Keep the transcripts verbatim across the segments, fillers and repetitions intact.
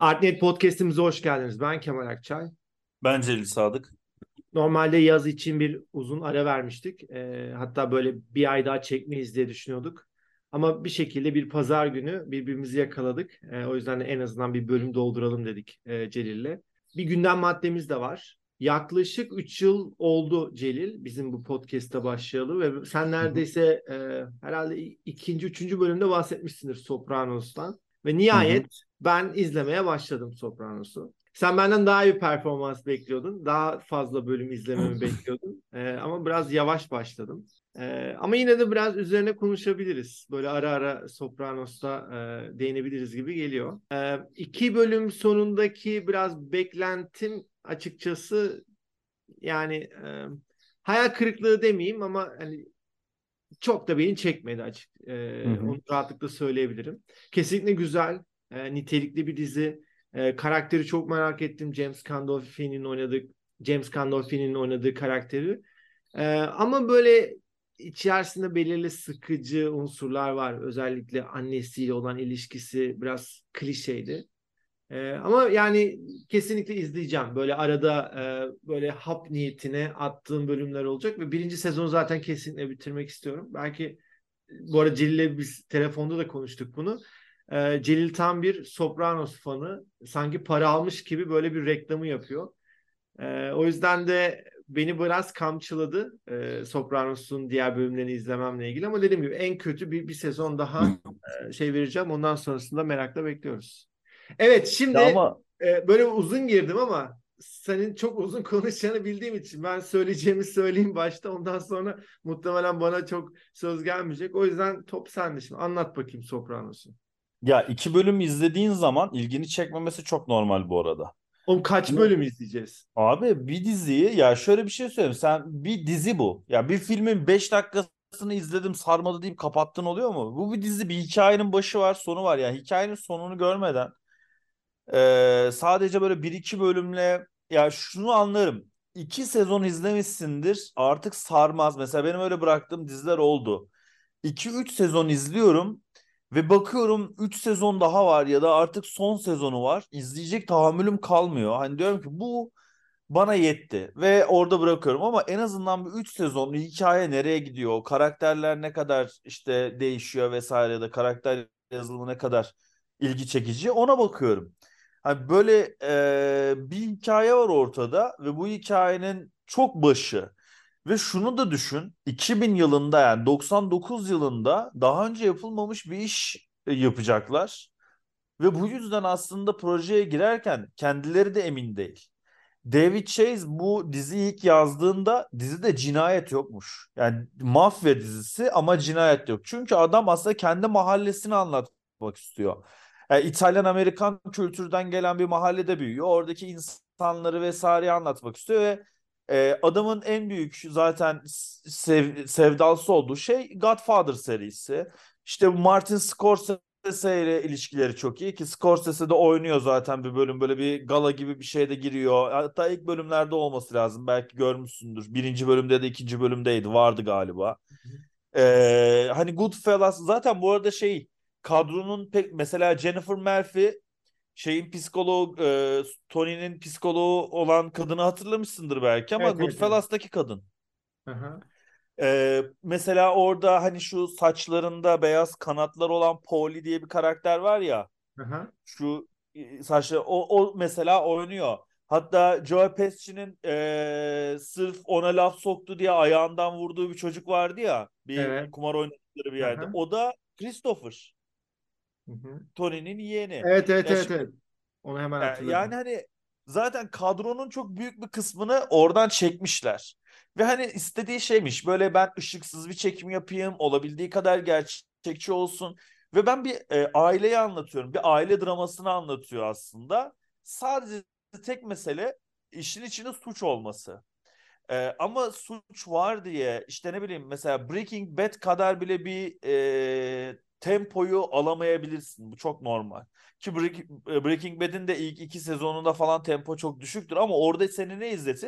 Artnet Podcast'imize hoş geldiniz. Ben Kemal Akçay. Ben Celil Sadık. Normalde yaz için bir uzun ara vermiştik. Ee, hatta böyle bir ay daha çekmeyiz diye düşünüyorduk. Ama bir şekilde bir pazar günü birbirimizi yakaladık. Ee, o yüzden de en azından bir bölüm dolduralım dedik e, Celil'le. Bir gündem maddemiz de var. Yaklaşık üç yıl oldu Celil bizim bu podcast'a başlayalı ve sen Hı hı. neredeyse e, herhalde ikinci, üçüncü bölümde bahsetmişsindir Sopranos'tan. Ve Hı hı. nihayet ben izlemeye başladım Sopranos'u. Sen benden daha iyi performans bekliyordun. Daha fazla bölüm izlememi bekliyordun. Ee, ama biraz yavaş başladım. Ee, ama yine de biraz üzerine konuşabiliriz. Böyle ara ara Sopranos'ta e, değinebiliriz gibi geliyor. Ee, iki bölüm sonundaki biraz beklentim açıkçası yani e, hayal kırıklığı demeyeyim ama hani çok da beni çekmedi açık. Hı Ee, hı. onu rahatlıkla söyleyebilirim. Kesinlikle güzel, e, nitelikli bir dizi. E, karakteri çok merak ettim. James Gandolfini'nin oynadığı James Gandolfini'nin oynadığı karakteri. E, ama böyle içerisinde belirli sıkıcı unsurlar var. Özellikle annesiyle olan ilişkisi biraz klişeydi. Ee, ama yani kesinlikle izleyeceğim. Böyle arada e, böyle hap niyetine attığım bölümler olacak ve birinci sezonu zaten kesinlikle bitirmek istiyorum. Belki bu arada Celil'le biz telefonda da konuştuk bunu. Ee, Celil tam bir Sopranos fanı. Sanki para almış gibi böyle bir reklamı yapıyor. Ee, o yüzden de beni biraz kamçıladı e, Sopranos'un diğer bölümlerini izlememle ilgili. Ama dediğim gibi en kötü bir, bir sezon daha e, şey vereceğim. Ondan sonrasında merakla bekliyoruz. Evet, Ya şimdi ama e, böyle uzun girdim ama senin çok uzun konuşacağını bildiğim için ben söyleyeceğimi söyleyeyim başta. Ondan sonra muhtemelen bana çok söz gelmeyecek. O yüzden top sende şimdi. Anlat bakayım Sopranos'u. ya iki bölüm izlediğin zaman ilgini çekmemesi çok normal bu arada. Oğlum kaç Bu bölüm izleyeceğiz? abi bir diziyi ya şöyle bir şey söyleyeyim. Sen bir dizi bu. Ya bir filmin beş dakikasını izledim sarmadı deyip kapattın oluyor mu? Bu bir dizi, bir hikayenin başı var, sonu var. Yani hikayenin sonunu görmeden e, sadece böyle bir iki bölümle ya şunu anlarım. İki sezon izlemişsindir artık sarmaz. Mesela benim öyle bıraktığım diziler oldu. iki üç sezon izliyorum ve bakıyorum üç sezon daha var ya da artık son sezonu var. İzleyecek tahammülüm kalmıyor. Hani diyorum ki bu bana yetti ve orada bırakıyorum ama en azından bir üç sezonlu hikaye nereye gidiyor? Karakterler ne kadar işte değişiyor vesaire ya da karakter yazılımı ne kadar ilgi çekici ona bakıyorum. Hani böyle e, bir hikaye var ortada ve bu hikayenin çok başı. Ve şunu da düşün, iki bin yılında yani doksan dokuz yılında daha önce yapılmamış bir iş e, yapacaklar. Ve bu yüzden aslında projeye girerken kendileri de emin değil. David Chase bu diziyi ilk yazdığında dizide cinayet yokmuş. Yani mafya dizisi ama cinayet yok. Çünkü adam aslında kendi mahallesini anlatmak istiyor. Yani İtalyan-Amerikan kültürden gelen bir mahallede büyüyor. Oradaki insanları vesaireyi anlatmak istiyor ve e, adamın en büyük zaten sev, sevdalısı olduğu şey Godfather serisi. İşte bu Martin Scorsese ile ilişkileri çok iyi ki Scorsese de oynuyor zaten bir bölüm böyle bir gala gibi bir şeye de giriyor. Hatta ilk bölümlerde olması lazım. Belki görmüşsündür. Birinci bölümde de ikinci bölümdeydi. Vardı galiba. Ee, hani Goodfellas zaten bu arada şey kadronun pek mesela Jennifer Murphy şeyin psikoloğu e, Tony'nin psikoloğu olan kadını hatırlamışsındır belki ama Evet, evet, evet. Goodfellas'taki kadın. Aha, Ee, mesela orada hani şu saçlarında beyaz kanatlar olan Paulie diye bir karakter var ya. aha. Şu e, saçları o, o mesela oynuyor. Hatta Joe Pesci'nin e, sırf ona laf soktu diye ayağından vurduğu bir çocuk vardı ya bir Evet. kumar oynadıkları bir yerde. Aha. O da Christopher, Hı hı. Tony'nin yeğeni. Evet, evet, Ya evet, şimdi evet. Onu hemen e, yani hatırladım. hani zaten kadronun çok büyük bir kısmını oradan çekmişler. Ve hani istediği şeymiş böyle ben ışıksız bir çekim yapayım olabildiği kadar gerçekçi olsun. Ve ben bir e, aileyi anlatıyorum. Bir aile dramasını anlatıyor aslında. Sadece tek mesele işin içinde suç olması. E, ama suç var diye işte ne bileyim mesela Breaking Bad kadar bile bir e, tempoyu alamayabilirsin. Bu çok normal. Ki Break- Breaking Bad'in de ilk iki sezonunda falan tempo çok düşüktür ama orada seni ne izletir?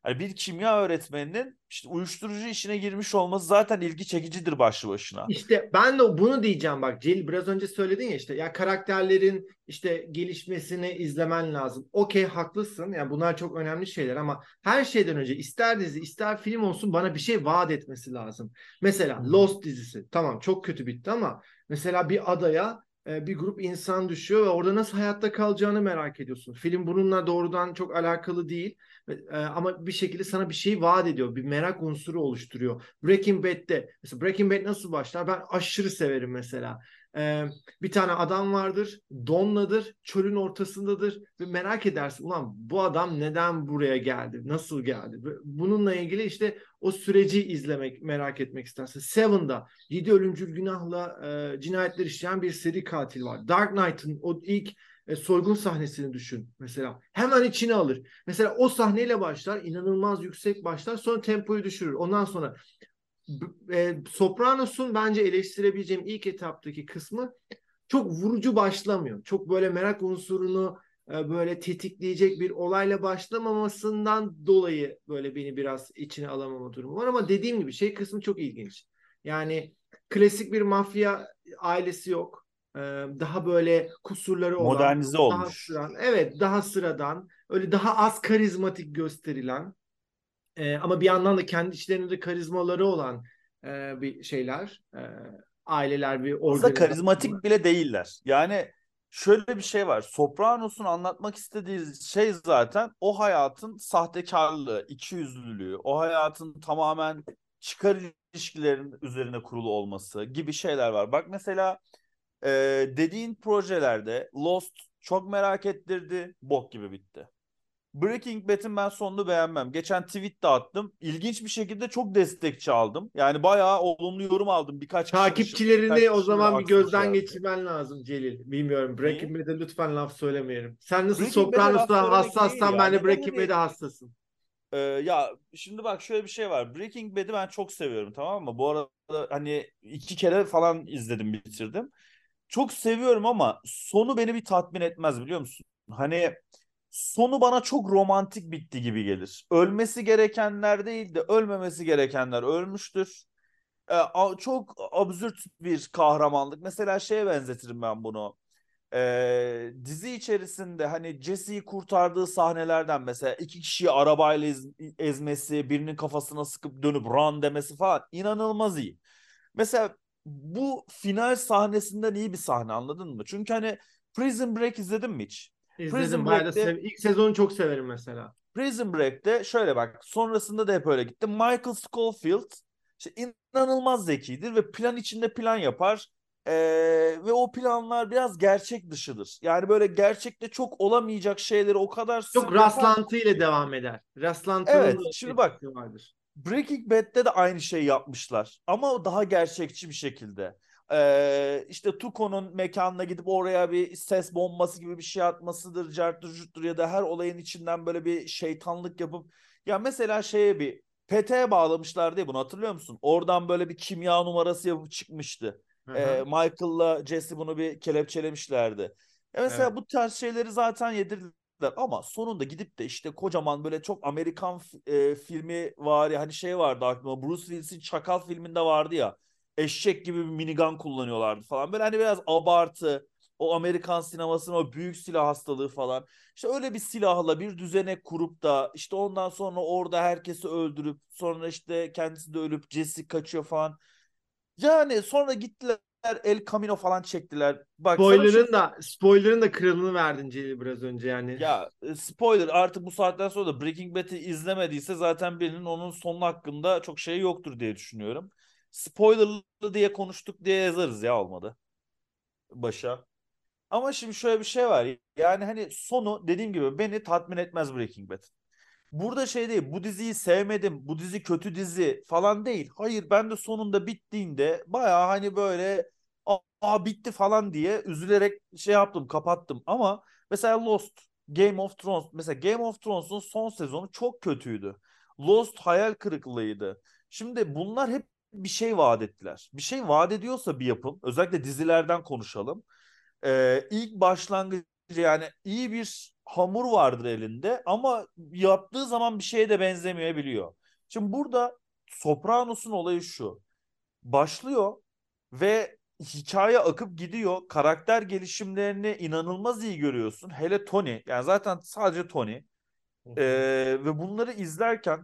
Hani bir kimya öğretmeninin işte uyuşturucu işine girmiş olması zaten ilgi çekicidir başlı başına. İşte ben de bunu diyeceğim bak Celil, biraz önce söyledin ya, işte ya karakterlerin işte gelişmesini izlemen lazım. Okey, haklısın, yani bunlar çok önemli şeyler ama her şeyden önce ister dizi ister film olsun bana bir şey vaat etmesi lazım. Hı Mesela hı. Lost dizisi tamam çok kötü bitti ama mesela bir adaya e, bir grup insan düşüyor ve orada nasıl hayatta kalacağını merak ediyorsun. Film bununla doğrudan çok alakalı değil. E, ama bir şekilde sana bir şey vaat ediyor. Bir merak unsuru oluşturuyor. Breaking Bad'de mesela Breaking Bad nasıl başlar? Ben aşırı severim mesela. E, bir tane adam vardır. Donnadır. Çölün ortasındadır. Ve merak edersin. Ulan bu adam neden buraya geldi? Nasıl geldi? Bununla ilgili işte o süreci izlemek, merak etmek istersin. Seven'da yedi ölümcül günahla e, cinayetler işleyen bir seri katil var. Dark Knight'ın o ilk e, soygun sahnesini düşün mesela. Hemen içine alır. Mesela o sahneyle başlar, inanılmaz yüksek başlar, sonra tempoyu düşürür. Ondan sonra e, Sopranos'un bence eleştirebileceğim ilk etaptaki kısmı çok vurucu başlamıyor. Çok böyle merak unsurunu e, böyle tetikleyecek bir olayla başlamamasından dolayı böyle beni biraz içine alamama durumu var. Ama dediğim gibi şey kısmı çok ilginç. Yani klasik bir mafya ailesi yok. E, daha böyle kusurları olan, Modernize daha olmuş. sıradan, evet daha sıradan, öyle daha az karizmatik gösterilen e, ama bir yandan da kendi içlerinde de karizmaları olan e, bir şeyler, e, aileler, bir Aslında organizasyon. karizmatik bile değiller. Yani şöyle bir şey var. Sopranos'un anlatmak istediği şey zaten o hayatın sahtekarlığı, ikiyüzlülüğü, o hayatın tamamen çıkar ilişkilerin üzerine kurulu olması gibi şeyler var. Bak mesela e, dediğin projelerde Lost çok merak ettirdi, bok gibi bitti. Breaking Bad'in ben sonunu beğenmem. Geçen tweet de attım. İlginç bir şekilde çok destekçi aldım. Yani bayağı olumlu yorum aldım. Birkaç kişi dışında. Takipçilerini Birkaç o kişi böyle zaman bir aksi bir şey gözden yazdı. geçirmen lazım Celil. Bilmiyorum. Neyi? Breaking Bad'e lütfen laf söylemeyelim. Sen nasıl Breaking Bad'e laf Sopranos'ta söylemek değil hassassan ben ya. de Neden Breaking hani Bad'e hassasım. e, ya şimdi bak şöyle bir şey var. Breaking Bad'i ben çok seviyorum, tamam mı? Bu arada hani iki kere falan izledim, bitirdim. Çok seviyorum ama sonu beni bir tatmin etmez, biliyor musun? Hani sonu bana çok romantik bitti gibi gelir. Ölmesi gerekenler değil de ölmemesi gerekenler ölmüştür. E, a- çok absürt bir kahramanlık. Mesela şeye benzetirim ben bunu. E, dizi içerisinde hani Jesse'yi kurtardığı sahnelerden mesela iki kişiyi arabayla ez- ezmesi, birinin kafasına sıkıp dönüp run demesi falan inanılmaz iyi. Mesela bu final sahnesinden iyi bir sahne, anladın mı? Çünkü hani Prison Break izledin mi hiç? İzledim. Prison Bayağı da Break'te sev İlk sezonu çok severim mesela. Prison Break'te şöyle bak, sonrasında da hep öyle gitti. Michael Scofield işte inanılmaz zekidir ve plan içinde plan yapar. Ee, ve o planlar biraz gerçek dışıdır. Yani böyle gerçekte çok olamayacak şeyleri o kadar Çok sık yapar. rastlantı ile devam eder. Rastlantının da Evet, şimdi bak, etkisi vardır. Breaking Bad'de de aynı şeyi yapmışlar ama daha gerçekçi bir şekilde. Ee, işte Tuco'nun mekanına gidip oraya bir ses bombası gibi bir şey atmasıdır, carttır curttur ya da her olayın içinden böyle bir şeytanlık yapıp ya mesela şeye bir P T'ye bağlamışlar diye, bunu hatırlıyor musun? Oradan böyle bir kimya numarası yapıp çıkmıştı. Ee, Aha, Michael'la Jesse bunu bir kelepçelemişlerdi. E mesela evet. bu tarz şeyleri zaten yedirdiler ama sonunda gidip de işte kocaman böyle çok Amerikan e, filmi var ya, hani şey vardı aklıma, Bruce Willis'in Çakal filminde vardı ya, eşek gibi bir minigun kullanıyorlardı falan, böyle hani biraz abartı, o Amerikan sinemasının o büyük silah hastalığı falan, işte öyle bir silahla bir düzenek kurup da işte ondan sonra orada herkesi öldürüp sonra işte kendisi de ölüp Jesse kaçıyor falan, yani sonra gittiler El Camino falan çektiler. Bak sana bir şey. Spoiler'ın da spoiler'ın da kralını verdin Celil biraz önce yani. Ya e, spoiler, artık bu saatten sonra da Breaking Bad'i izlemediyse zaten birinin onun sonu hakkında çok şey yoktur diye düşünüyorum. Spoilerlı diye konuştuk diye yazarız ya, olmadı başa. Ama şimdi şöyle bir şey var. Yani hani sonu dediğim gibi beni tatmin etmez Breaking Bad. Burada şey değil, bu diziyi sevmedim, bu dizi kötü dizi falan değil. Hayır, ben de sonunda bittiğinde baya hani böyle aa bitti falan diye üzülerek şey yaptım, kapattım. Ama mesela Lost, Game of Thrones, mesela Game of Thrones'un son sezonu çok kötüydü. Lost hayal kırıklığıydı. Şimdi bunlar hep bir şey vaat ettiler. Bir şey vaat ediyorsa bir yapım, özellikle dizilerden konuşalım. Ee, ilk başlangıç yani iyi bir hamur vardır elinde ama yaptığı zaman bir şeye de benzemeyebiliyor. Şimdi burada Sopranos'un olayı şu. Başlıyor ve hikaye akıp gidiyor. Karakter gelişimlerini inanılmaz iyi görüyorsun. Hele Tony, yani zaten sadece Tony. Hı Ee, hı. ve bunları izlerken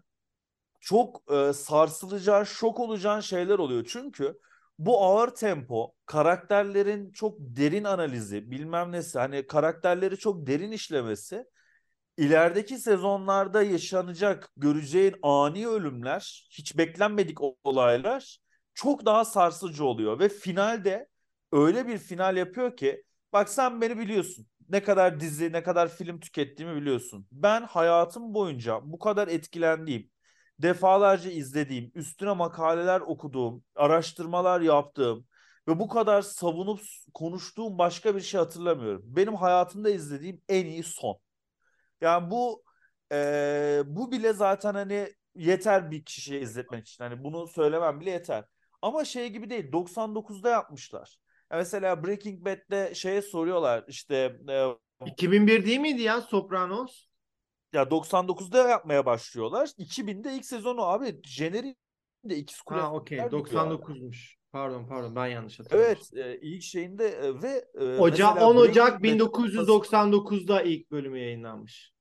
çok e, sarsılacağın, şok olacağın şeyler oluyor. Çünkü bu ağır tempo, karakterlerin çok derin analizi, bilmem nesi, hani karakterleri çok derin işlemesi, ilerideki sezonlarda yaşanacak, göreceğin ani ölümler, hiç beklenmedik olaylar çok daha sarsıcı oluyor. Ve finalde öyle bir final yapıyor ki, bak sen beni biliyorsun. Ne kadar dizi, ne kadar film tükettiğimi biliyorsun. Ben hayatım boyunca bu kadar etkilendiğim, defalarca izlediğim, üstüne makaleler okuduğum, araştırmalar yaptığım ve bu kadar savunup konuştuğum başka bir şey hatırlamıyorum. Benim hayatımda izlediğim en iyi son. Yani bu e, bu bile zaten hani yeter bir kişiye izletmek için. Hani bunu söylemem bile yeter. Ama şey gibi değil. doksan dokuzda yapmışlar. Ya mesela Breaking Bad'de şeye soruyorlar işte e, iki bin bir değil miydi ya Sopranos? ya doksan dokuzda yapmaya başlıyorlar. iki binde ilk sezonu abi Jenner'in de İkiz Ha okey, Kuleler diyor abi. doksan dokuzmuş. Pardon pardon, ben yanlış hatırlamışım. Evet, e, ilk şeyinde e, ve e, Oca on mesela Ocak Breaking Bad'in ortası bin dokuz yüz doksan dokuzda ilk bölümü yayınlanmış.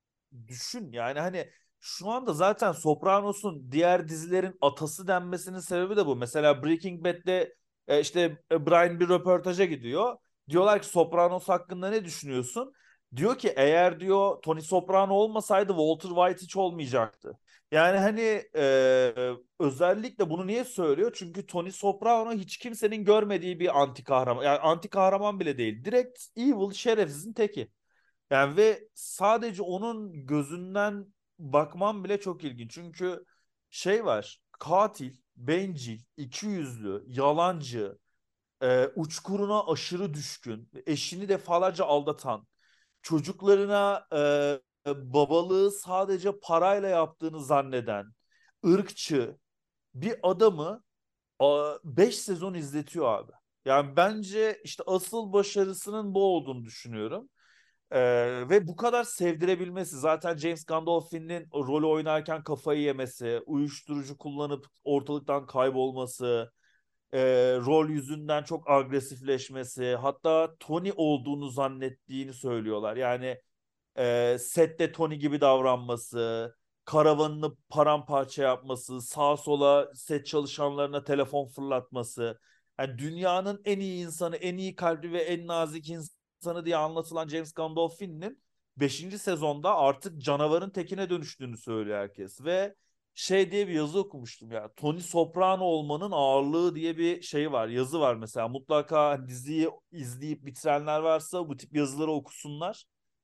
düşün yani hani şu anda zaten Sopranos'un diğer dizilerin atası denmesinin sebebi de bu. Mesela Breaking Bad'de e, işte e, Brian bir röportaja gidiyor. Diyorlar ki Sopranos hakkında ne düşünüyorsun? Diyor ki eğer diyor Tony Soprano olmasaydı Walter White hiç olmayacaktı. Yani hani e, özellikle bunu niye söylüyor? Çünkü Tony Soprano hiç kimsenin görmediği bir anti kahraman. Yani anti kahraman bile değil. Direkt evil, şerefsizin teki. Yani ve sadece onun gözünden bakmam bile çok ilginç. Çünkü şey var, katil, bencil, ikiyüzlü, yalancı, e, uçkuruna aşırı düşkün, eşini defalarca aldatan, çocuklarına e, babalığı sadece parayla yaptığını zanneden, ırkçı bir adamı beş sezon izletiyor abi. Yani bence işte asıl başarısının bu olduğunu düşünüyorum. Ee, ve bu kadar sevdirebilmesi, zaten James Gandolfini'nin o rolü oynarken kafayı yemesi, uyuşturucu kullanıp ortalıktan kaybolması, e, rol yüzünden çok agresifleşmesi, hatta Tony olduğunu zannettiğini söylüyorlar. Yani e, sette Tony gibi davranması, karavanını paramparça yapması, sağa sola set çalışanlarına telefon fırlatması. Yani dünyanın en iyi insanı, en iyi kalpli ve en nazik insanı diye anlatılan James Gandolfini'nin beşinci sezonda artık canavarın tekine dönüştüğünü söylüyor herkes. Ve şey diye bir yazı okumuştum ya. Tony Soprano olmanın ağırlığı diye bir şey var. Yazı var mesela. Mutlaka diziyi izleyip bitirenler varsa bu tip yazıları okusunlar.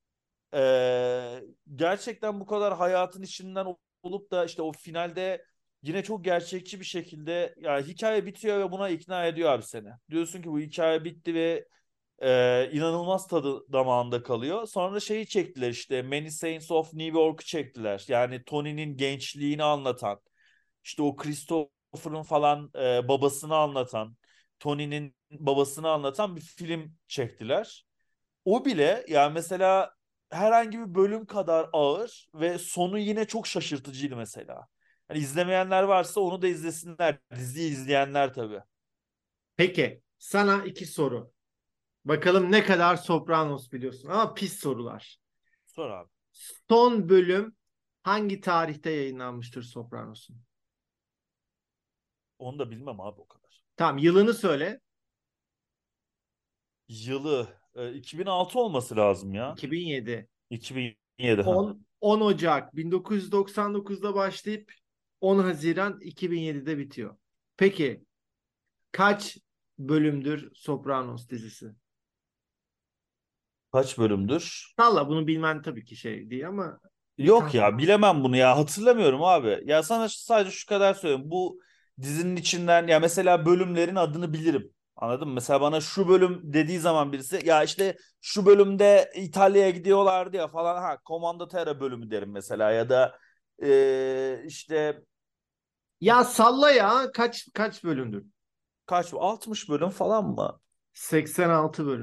Ee, gerçekten bu kadar hayatın içinden olup da işte o finalde yine çok gerçekçi bir şekilde ya hikaye bitiyor ve buna ikna ediyor abi seni. Diyorsun ki bu hikaye bitti ve e, inanılmaz tadı damağında kalıyor. Sonra şeyi çektiler işte Many Saints of New York'u çektiler. Yani Tony'nin gençliğini anlatan, işte o Christopher'ın falan e, babasını anlatan, Tony'nin babasını anlatan bir film çektiler. O bile yani mesela herhangi bir bölüm kadar ağır ve sonu yine çok şaşırtıcıydı mesela. Hani izlemeyenler varsa onu da izlesinler. Diziyi izleyenler tabii. Peki sana iki soru. Bakalım ne kadar Sopranos biliyorsun, ama pis sorular. Sor abi. Son bölüm hangi tarihte yayınlanmıştır Sopranos'un? Onu da bilmem abi o kadar. Tamam, yılını söyle. Yılı e, iki bin altı olması lazım ya. iki bin yedi. iki bin yedi ha. on, on Ocak bin dokuz yüz doksan dokuzda başlayıp on Haziran iki bin yedide bitiyor. Peki kaç bölümdür Sopranos dizisi? Kaç bölümdür? Salla, bunu bilmen tabii ki şey değil ama bir Yok ya tahmin. bilemem bunu ya hatırlamıyorum abi. Ya sana sadece şu kadar söyleyeyim. Bu dizinin içinden ya mesela bölümlerin adını bilirim. Anladın mı? Mesela bana şu bölüm dediği zaman birisi ya işte şu bölümde İtalya'ya gidiyorlardı ya falan ha Comando Terra bölümü derim mesela ya da e, işte Ya salla ya, kaç kaç bölümdür? kaç altmış bölüm falan mı? seksen altı bölüm.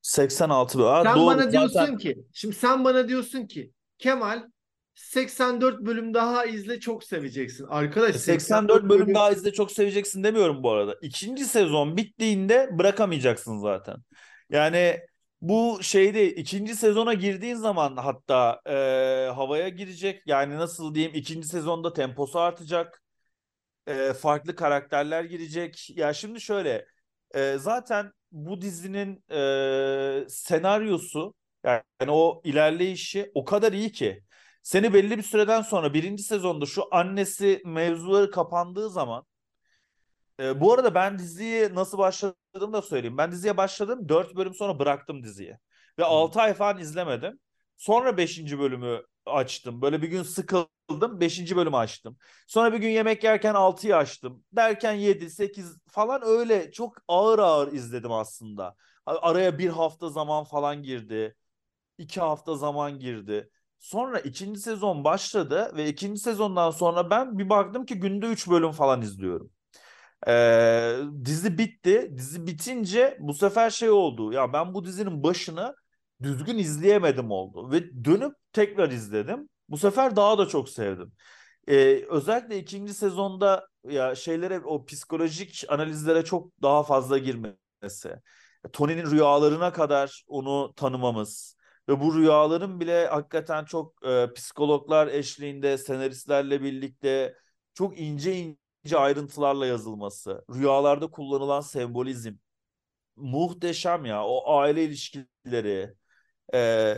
seksen altı bölüm. Ha, Sen doğru bana zaten. diyorsun ki, şimdi sen bana diyorsun ki Kemal seksen dört bölüm daha izle çok seveceksin. Arkadaş seksen dört seksen dört bölüm bölüm daha izle çok seveceksin demiyorum bu arada. İkinci sezon bittiğinde bırakamayacaksın zaten. Yani bu şeyde ikinci sezona girdiğin zaman hatta e, havaya girecek. Yani nasıl diyeyim, ikinci sezonda temposu artacak. E, farklı karakterler girecek. Ya şimdi şöyle, e, zaten bu dizinin e, senaryosu, yani o ilerleyişi o kadar iyi ki seni belli bir süreden sonra birinci sezonda şu annesi mevzuları kapandığı zaman, e, bu arada ben diziyi nasıl başladığımı da söyleyeyim. Ben diziye başladım. Dört bölüm sonra bıraktım diziyi. Ve altı ay falan izlemedim. Sonra beşinci bölümü açtım. Böyle bir gün sıkıldım. Beşinci bölümü açtım. Sonra bir gün yemek yerken altıyı açtım. Derken yedi, sekiz falan, öyle çok ağır ağır izledim aslında. Araya bir hafta zaman falan girdi. İki hafta zaman girdi. Sonra ikinci sezon başladı ve ikinci sezondan sonra ben bir baktım ki günde üç bölüm falan izliyorum. Ee, dizi bitti. Dizi bitince bu sefer şey oldu. Ya ben bu dizinin başını düzgün izleyemedim oldu. Ve dönüp tekrar izledim. Bu sefer daha da çok sevdim. Ee, özellikle ikinci sezonda ya şeylere, o psikolojik analizlere çok daha fazla girmesi. Tony'nin rüyalarına kadar onu tanımamız. Ve bu rüyaların bile hakikaten çok e, psikologlar eşliğinde, senaristlerle birlikte çok ince ince ayrıntılarla yazılması, rüyalarda kullanılan sembolizm muhteşem ya. O aile ilişkileri, e,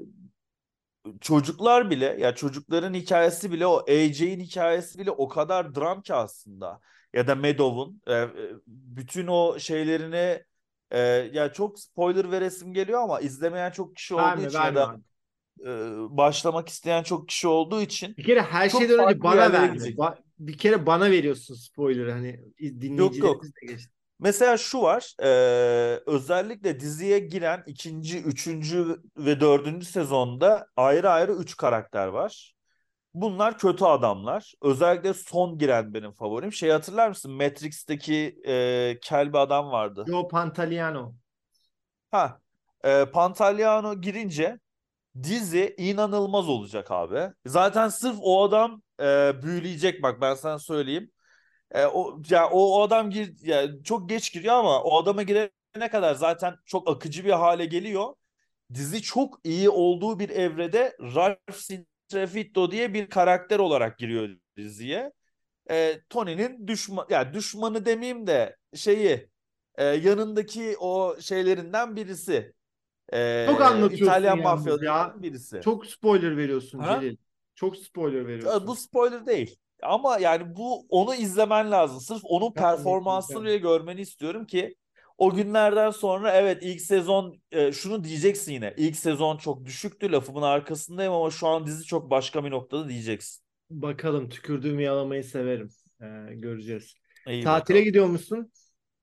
çocuklar bile, ya çocukların hikayesi bile, o A J'in hikayesi bile o kadar dram ki aslında. Ya da Meadow'un e, e, bütün o şeylerini, e, ya çok spoiler veresim geliyor ama izlemeyen çok kişi olduğu verme için ya verme da abi. e, başlamak isteyen çok kişi olduğu için Bir kere her çok şeyden önce farklı bana yerlere verme. gidecek. Ba- bir kere bana veriyorsun spoiler hani Yok yok. dinleyicilerimiz de geçti. Mesela şu var, e, özellikle diziye giren ikinci, üçüncü ve dördüncü sezonda ayrı ayrı üç karakter var. Bunlar kötü adamlar. Özellikle son giren benim favorim. Şey, hatırlar mısın? Matrix'teki e, kel bir adam vardı. Joe Pantoliano. Ha, e, Pantoliano girince dizi inanılmaz olacak abi. Zaten sırf o adam e, büyüleyecek, bak ben sana söyleyeyim. E, o ya o, o adam gir ya çok geç giriyor ama o adama girene kadar zaten çok akıcı bir hale geliyor. Dizi çok iyi olduğu bir evrede Ralph Cianfrocco diye bir karakter olarak giriyor diziye. E, Tony'nin düşman, ya düşmanı demeyeyim de şeyi, e, yanındaki o şeylerinden birisi. Çok E, anlatıyorsun İtalyan yalnız ya. mafyalarından birisi. Çok spoiler veriyorsun Ha? Celil. Çok spoiler E, Bu veriyorsun. spoiler değil. Ama yani bu, onu izlemen lazım. Sırf onun Tamam performansını izleyeceğim. bile görmeni istiyorum ki o günlerden sonra, evet ilk sezon, e, şunu diyeceksin yine. İlk sezon çok düşüktü, lafımın arkasındayım ama şu an dizi çok başka bir noktada diyeceksin. Bakalım tükürdüğümü yalamayı severim. Ee, göreceğiz. İyi Tatile bakalım. gidiyor musun?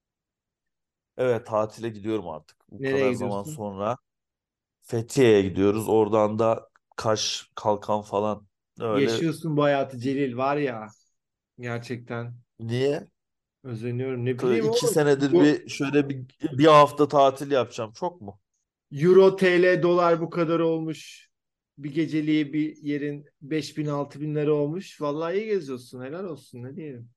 Evet, tatile gidiyorum artık. Bu Nereye kadar zaman gidiyorsun? sonra Fethiye'ye gidiyoruz. Oradan da Kaş, Kalkan falan. Öyle. Yaşıyorsun bu hayatı Celil var ya. Gerçekten Niye? özeniyorum. Ne Böyle bileyim iki oğlum. senedir Bu bir şöyle bir, bir hafta tatil yapacağım. Çok mu? Euro, T L, dolar bu kadar olmuş. Bir geceliği bir yerin beş bin altı bin lira olmuş. Vallahi iyi geziyorsun. Helal olsun. Ne diyelim.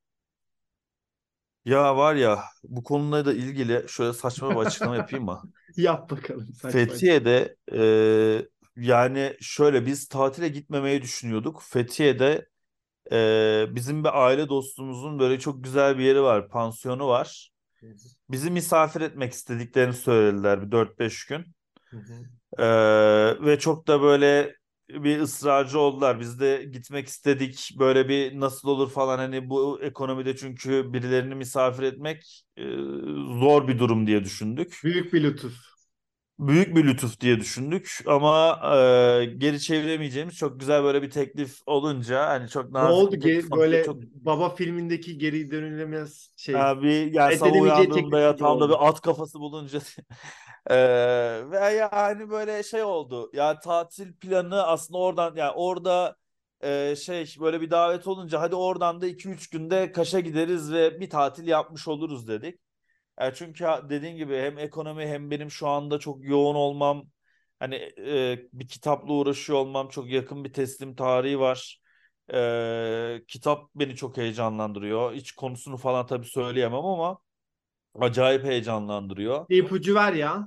Ya var ya, bu konuyla da ilgili şöyle saçma bir açıklama yapayım mı? Yap bakalım saçma. Fethiye'de e, yani şöyle, biz tatile gitmemeyi düşünüyorduk. Fethiye'de e, bizim bir aile dostumuzun böyle çok güzel bir yeri var, pansiyonu var. Bizi misafir etmek istediklerini söylediler bir dört beş gün. Hı hı. E, Ve çok da böyle bir ısrarcı oldular. Biz de gitmek istedik. Böyle bir nasıl olur falan, hani bu ekonomide çünkü birilerini misafir etmek e, zor bir durum diye düşündük. Büyük bir lütuf. Büyük bir lütuf diye düşündük ama e, geri çeviremeyeceğimiz çok güzel böyle bir teklif olunca, hani çok Ne nazik oldu? bir teklif Ge- olunca böyle çok, baba filmindeki geri dönülemez şey. abi yani sabah Reddedemeyeceği uyandığımda teklif gibi yatağımda oldu. bir at kafası bulunca e, ve yani böyle şey oldu ya, tatil planı aslında oradan, yani orada e, şey, böyle bir davet olunca hadi oradan da iki üç günde Kaş'a gideriz ve bir tatil yapmış oluruz dedik. Ya çünkü ha- dediğin gibi hem ekonomi hem benim şu anda çok yoğun olmam, hani e, bir kitapla uğraşıyor olmam, çok yakın bir teslim tarihi var. E, kitap beni çok heyecanlandırıyor. Hiç konusunu falan tabii söyleyemem ama acayip heyecanlandırıyor. Bir ipucu ver ya.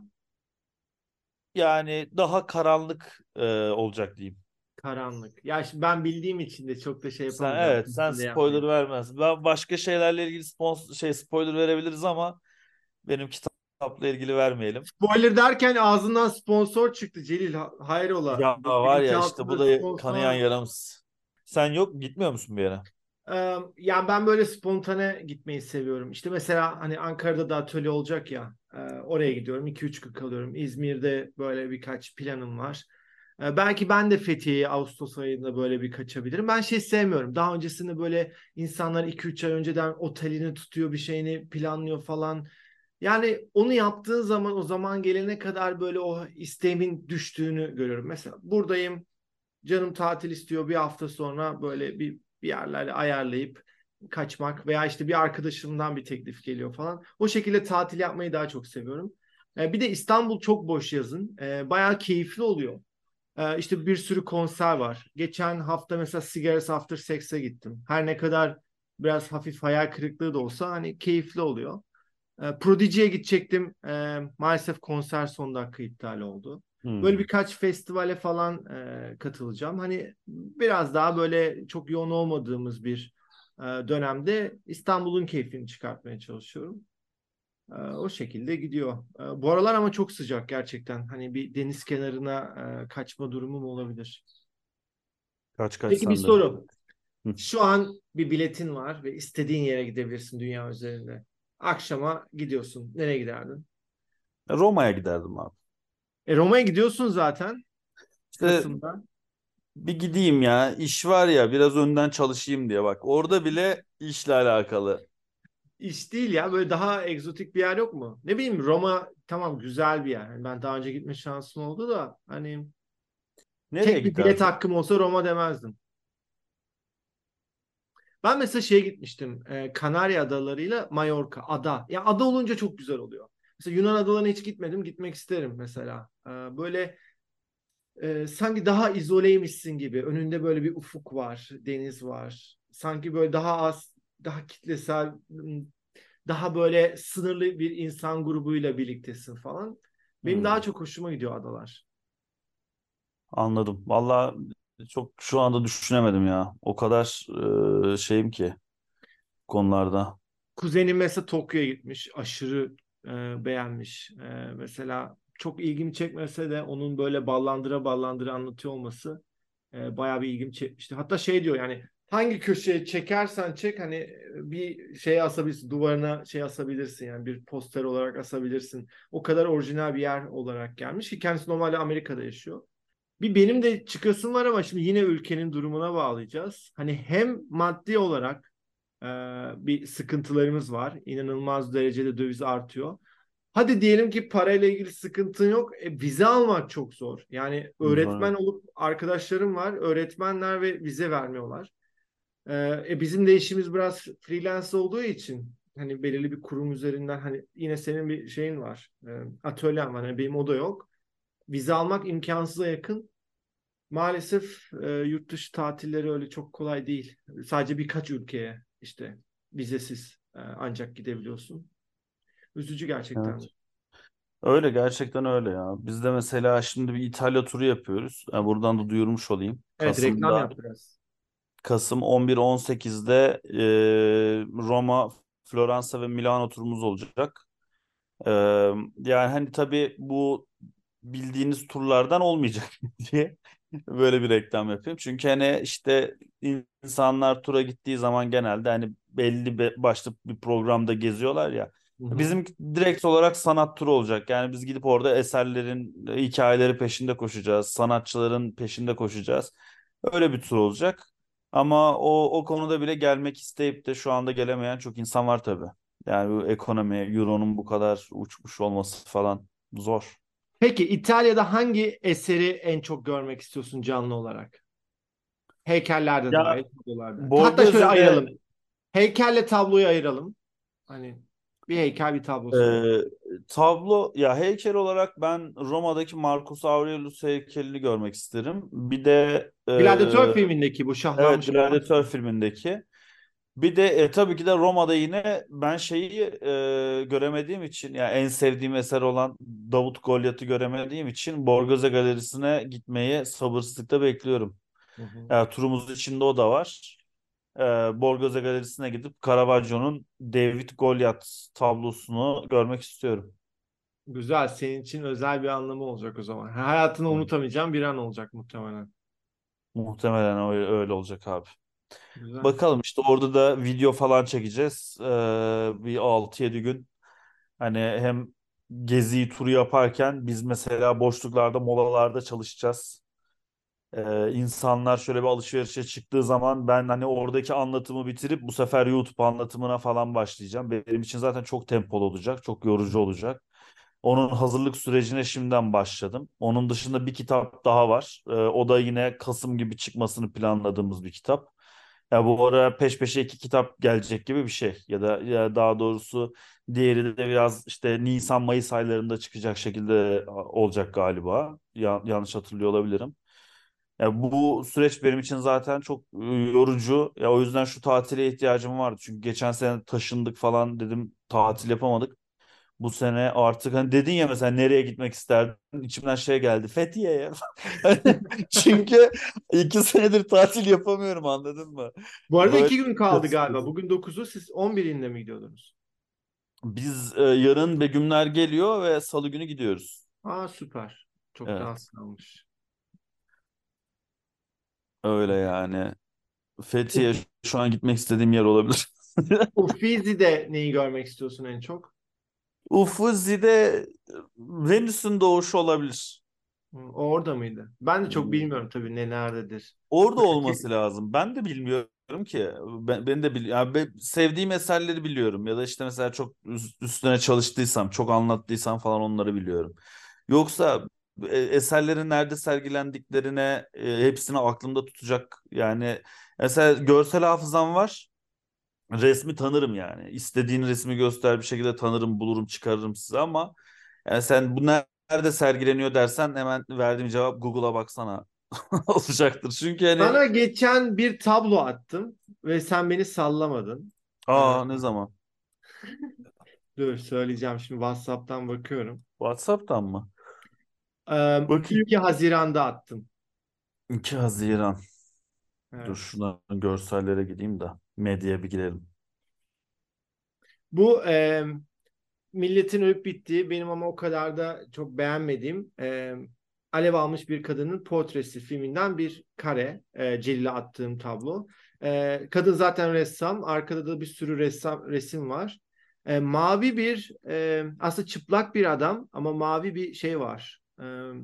Yani daha karanlık e, olacak diyeyim. Karanlık. Ya şimdi ben bildiğim için de çok da şey Sen yapamayacağım. evet, sen Sizin de spoiler yapmayayım. vermezsin. Ben başka şeylerle ilgili sponsor, şey spoiler verebiliriz ama benim kitapla ilgili vermeyelim. Spoiler derken ağzından sponsor çıktı Celil. Ha- Hayrola. Ya Bu var ya, işte bu bilinçaltında da kanayan sponsor. yaramız. Sen yok gitmiyor musun bir yere? Ee, Yani ben böyle spontane gitmeyi seviyorum. İşte mesela hani Ankara'da da atölye olacak ya. E, oraya gidiyorum. iki üç gün kalıyorum. İzmir'de böyle birkaç planım var. E, belki ben de Fethiye'ye Ağustos ayında böyle bir kaçabilirim. Ben şey sevmiyorum. Daha öncesinde böyle insanlar iki üç ay önceden otelini tutuyor, bir şeyini planlıyor falan. Yani onu yaptığın zaman o zaman gelene kadar böyle o isteğimin düştüğünü görüyorum. Mesela buradayım. Canım tatil istiyor, bir hafta sonra böyle bir bir yerlerle ayarlayıp kaçmak veya işte bir arkadaşımdan bir teklif geliyor falan. O şekilde tatil yapmayı daha çok seviyorum. E, bir de İstanbul çok boş yazın. E, bayağı keyifli oluyor. E, işte bir sürü konser var. Geçen hafta mesela Cigarettes After Sex'e gittim. Her ne kadar biraz hafif hayal kırıklığı da olsa hani keyifli oluyor. E, Prodigy'ye gidecektim. E, maalesef konser son dakika iptal oldu. Böyle Hmm. birkaç festivale falan e, katılacağım. Hani biraz daha böyle çok yoğun olmadığımız bir e, dönemde İstanbul'un keyfini çıkartmaya çalışıyorum. E, o şekilde gidiyor. E, bu aralar ama çok sıcak gerçekten. Hani bir deniz kenarına e, kaçma durumum olabilir. Kaç kaç Peki bir sen de. soru. Hı. Şu an bir biletin var ve istediğin yere gidebilirsin dünya üzerinde. Akşama gidiyorsun. Nereye giderdin? Roma'ya giderdim abi. E, Roma'ya gidiyorsun zaten İşte Kasım'da. bir gideyim ya. İş var ya, biraz önden çalışayım diye bak. Orada bile işle alakalı. İş değil ya, böyle daha egzotik bir yer yok mu? Ne bileyim, Roma tamam güzel bir yer. Yani ben daha önce gitme şansım oldu da hani Nereye tek bir bilet giderdim? hakkım olsa Roma demezdim. Ben mesela şeye gitmiştim. E, Kanarya Adaları'yla Mallorca ada. Ya ada olunca çok güzel oluyor. Mesela Yunan adalarına hiç gitmedim. Gitmek isterim mesela. E, böyle e, sanki daha izoleymişsin gibi. Önünde böyle bir ufuk var, deniz var. Sanki böyle daha az, daha kitlesel, daha böyle sınırlı bir insan grubuyla birliktesin falan. Benim daha Hmm, çok hoşuma gidiyor adalar. anladım. Valla çok şu anda düşünemedim ya. O kadar e, şeyim ki konularda. Kuzenim mesela Tokyo'ya gitmiş. Aşırı e, beğenmiş. E, mesela çok ilgimi çekmese de onun böyle ballandıra ballandıra anlatıyor olması e, bayağı bir ilgimi çekmişti. Hatta şey diyor yani, hangi köşeye çekersen çek hani e, bir şey asabilirsin, duvarına şey asabilirsin, yani bir poster olarak asabilirsin. O kadar orijinal bir yer olarak gelmiş ki kendisi normalde Amerika'da yaşıyor. Bir benim de çıkasım var ama şimdi yine ülkenin durumuna bağlayacağız. Hani hem maddi olarak e, bir sıkıntılarımız var. İnanılmaz derecede döviz artıyor. Hadi diyelim ki parayla ilgili sıkıntın yok. E, vize almak çok zor. Yani öğretmen Zor. olup arkadaşlarım var. Öğretmenler ve vize vermiyorlar. E, e, bizim de işimiz biraz freelance olduğu için hani belirli bir kurum üzerinden, hani yine senin bir şeyin var. E, atölyen var. Hani benim o da yok. Vize almak imkansıza yakın. Maalesef e, yurt dışı tatilleri öyle çok kolay değil. Sadece birkaç ülkeye işte vizesiz e, ancak gidebiliyorsun. Üzücü gerçekten. Evet. Öyle, gerçekten öyle ya. Biz de mesela şimdi bir İtalya turu yapıyoruz. Yani buradan da duyurmuş olayım. Evet, reklam Kasım'da yap biraz. Kasım on bir on sekizde e, Roma, Floransa ve Milano turumuz olacak. E, Yani hani tabii bu bildiğiniz turlardan olmayacak diye böyle bir reklam yapayım. Çünkü hani işte insanlar tura gittiği zaman genelde hani belli be- başlı bir programda geziyorlar ya. Hı hı. Bizim direkt olarak sanat turu olacak. Yani biz gidip orada eserlerin, hikayeleri peşinde koşacağız. Sanatçıların peşinde koşacağız. Öyle bir tur olacak. Ama o, o konuda bile gelmek isteyip de şu anda gelemeyen çok insan var tabii. Yani bu ekonomi, euronun bu kadar uçmuş olması falan zor. Peki İtalya'da hangi eseri en çok görmek istiyorsun canlı olarak? Heykeller de dahil, Ya tablolar da. Hatta şöyle Borgese ayıralım. ve Heykelle tabloyu ayıralım. Hani. Bir heykel, bir tablosu var. Ee, tablo ya heykel olarak ben Roma'daki Marcus Aurelius heykelini görmek isterim. Bir de e, Gladiator filmindeki bu evet şahlanmış olan. Gladiator filmindeki. Bir de e, tabii ki de Roma'da yine ben şeyi e, göremediğim için yani en sevdiğim eser olan Davut Golyat'ı göremediğim için Borgese Galerisi'ne gitmeyi sabırsızlıkla bekliyorum. Hı hı. Yani turumuz içinde o da var. E, Borgese Galerisi'ne gidip Caravaggio'nun David Goliath tablosunu görmek istiyorum. Güzel. Senin için özel bir anlamı olacak o zaman. Hayatını unutamayacağım bir an olacak muhtemelen. Muhtemelen öyle, öyle olacak abi. Güzel. Bakalım işte orada da video falan çekeceğiz. Ee, bir altı yedi gün. Hani hem geziyi turu yaparken biz mesela boşluklarda, molalarda çalışacağız. Ee, insanlar şöyle bir alışverişe çıktığı zaman ben hani oradaki anlatımı bitirip bu sefer YouTube anlatımına falan başlayacağım. Benim için zaten çok tempolu olacak, çok yorucu olacak. Onun hazırlık sürecine şimdiden başladım. Onun dışında bir kitap daha var. Ee, o da yine Kasım gibi çıkmasını planladığımız bir kitap. Ya bu ara peş peşe iki kitap gelecek gibi bir şey. Ya da ya daha doğrusu diğeri de biraz işte Nisan-Mayıs aylarında çıkacak şekilde olacak galiba. Ya- yanlış hatırlıyor olabilirim. Ya bu süreç benim için zaten çok e, yorucu. Ya o yüzden şu tatile ihtiyacım vardı. Çünkü geçen sene taşındık falan dedim tatil yapamadık. Bu sene artık hani dedin ya mesela nereye gitmek isterdin? İçimden şey geldi. Fethiye'ye. Çünkü iki senedir tatil yapamıyorum anladın mı? Bu arada Böyle iki gün kaldı çok galiba. sıkıldım. Bugün dokuzu, siz on birinde mi gidiyordunuz? Biz e, yarın Begümler geliyor ve Salı günü gidiyoruz. Aa, süper. Çok daha az Evet. kalmış. Öyle yani. Fethiye şu an gitmek istediğim yer olabilir. Uffizi'de neyi görmek istiyorsun en çok? Ufuzi'de Venüs'ün doğuşu olabilir. Hı, o orada mıydı? Ben de çok Hmm. bilmiyorum tabii ne nerededir. Orada Belki olması lazım. Ben de bilmiyorum ki. Ben, ben de biliyorum. Yani ben sevdiğim eserleri biliyorum. Ya da işte mesela çok üst- üstüne çalıştıysam, çok anlattıysam falan onları biliyorum. Yoksa e, eserlerin nerede sergilendiklerine e, hepsini aklımda tutacak. Yani mesela görsel hafızam var. Resmi tanırım yani. İstediğin resmi göster bir şekilde tanırım, bulurum, çıkarırım size ama yani sen bu nerede sergileniyor dersen hemen verdiğim cevap Google'a baksana olacaktır. Çünkü hani sana geçen bir tablo attım ve sen beni sallamadın. Ee, aa ne zaman? dur söyleyeceğim şimdi, WhatsApp'tan bakıyorum. WhatsApp'tan mı? Ee, Bakayım. iki Haziran'da attım. iki Haziran. Dur Evet. şuna görsellere gideyim de medyaya bir girelim. Bu e, milletin ölüp bittiği, benim ama o kadar da çok beğenmediğim e, alev almış bir kadının portresi filminden bir kare, e, Celil'e attığım tablo. E, kadın zaten ressam. Arkada da bir sürü ressam resim var. E, mavi bir e, aslında çıplak bir adam ama mavi bir şey var. E,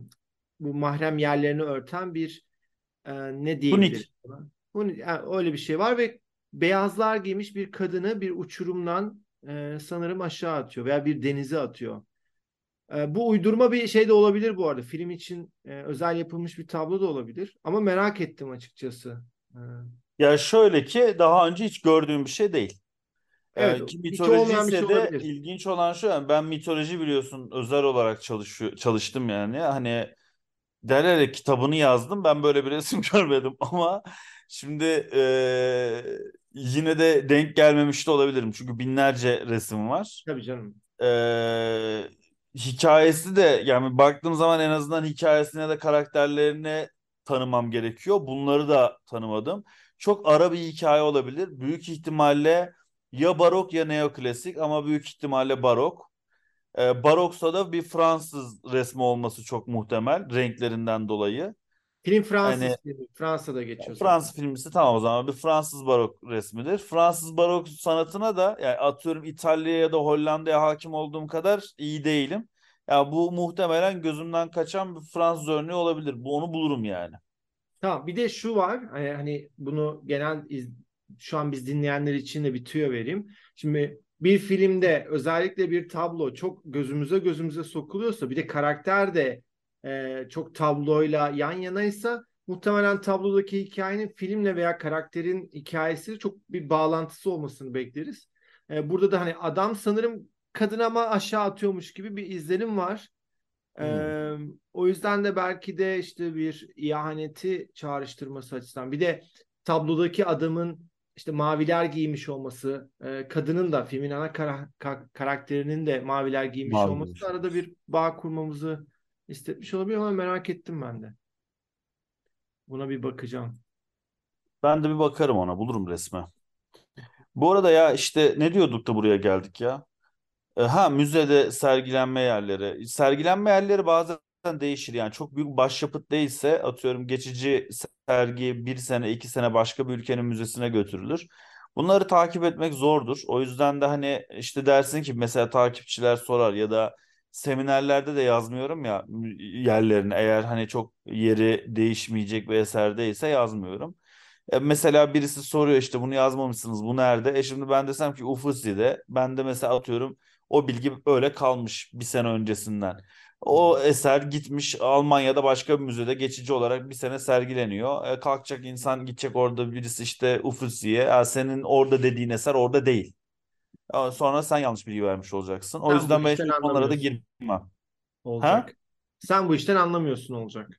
bu mahrem yerlerini örten bir e, ne diyebiliriz Tunik. buna? Bu, yani öyle bir şey var ve beyazlar giymiş bir kadını bir uçurumdan e, sanırım aşağı atıyor veya bir denize atıyor. E, bu uydurma bir şey de olabilir bu arada. Film için e, özel yapılmış bir tablo da olabilir. Ama merak ettim açıkçası. E, Ya şöyle ki daha önce hiç gördüğüm bir şey değil. evet, Ee, ki hiç olmayan mitoloji bir şey ise de olabilir. ilginç olan şu yani ben mitoloji biliyorsun özel olarak çalışıyor, çalıştım yani. Hani derler ya kitabını yazdım ben böyle bir resim görmedim ama şimdi eee, yine de denk gelmemiş de olabilirim. Çünkü binlerce resim var. Tabii canım. Eee, hikayesi de yani baktığım zaman en azından hikayesine de karakterlerine tanımam gerekiyor. Bunları da tanımadım. Çok ara bir hikaye olabilir. Büyük ihtimalle ya barok ya neoklasik ama büyük ihtimalle barok. Ee, baroksa da bir Fransız resmi olması çok muhtemel renklerinden dolayı. Film Hani Fransız filmi. Fransa'da geçiyor zaten. Fransız filmisi tamam o zaman bir Fransız barok resmidir. Fransız barok sanatına da yani atıyorum İtalya'ya ya da Hollanda'ya hakim olduğum kadar iyi değilim. Ya bu muhtemelen gözümden kaçan bir Fransız örneği olabilir. Bu onu bulurum yani. Tamam. Bir de şu var. Hani, hani bunu genel iz- şu an biz dinleyenler için de bir tüyo vereyim. Şimdi bir filmde özellikle bir tablo çok gözümüze gözümüze sokuluyorsa, bir de karakter de e, çok tabloyla yan yanaysa, muhtemelen tablodaki hikayenin filmle veya karakterin hikayesi çok bir bağlantısı olmasını bekleriz. E, burada da hani adam sanırım kadın ama aşağı atıyormuş gibi bir izlenim var. Hmm. E, O yüzden de belki de işte bir ihaneti çağrıştırması açısından. Bir de tablodaki adamın işte maviler giymiş olması, e, kadının da filmin ana kara- ka- karakterinin de maviler giymiş Mavi olması da demiş. arada bir bağ kurmamızı istetmiş olabilir ama merak ettim ben de. Buna bir bakacağım. Ben de bir bakarım ona, bulurum resme. Bu arada ya işte ne diyorduk da buraya geldik ya? E, Ha, müzede sergilenme yerleri. Sergilenme yerleri bazen değişir. Yani çok büyük başyapıt değilse, atıyorum geçici sergi bir sene iki sene başka bir ülkenin müzesine götürülür. Bunları takip etmek zordur. O yüzden de hani işte dersin ki, mesela takipçiler sorar ya da seminerlerde de yazmıyorum ya mü- yerlerini, eğer hani çok yeri değişmeyecek bir eser değilse yazmıyorum. E, mesela birisi soruyor, işte bunu yazmamışsınız, bu nerede? E şimdi ben desem ki Ufuzzi'de, ben de mesela atıyorum o bilgi öyle kalmış bir sene öncesinden. Hı hı. O eser gitmiş Almanya'da başka bir müzede geçici olarak bir sene sergileniyor. E, kalkacak insan, gidecek orada birisi işte Ufuzzi'ye. "Ya senin orada dediğin eser orada değil." E, Sonra sen yanlış bilgi vermiş olacaksın. O Sen bu yüzden ben hiç işten o konulara da anlamıyorsun girmem. Ha? olacak. Sen bu işten anlamıyorsun olacak.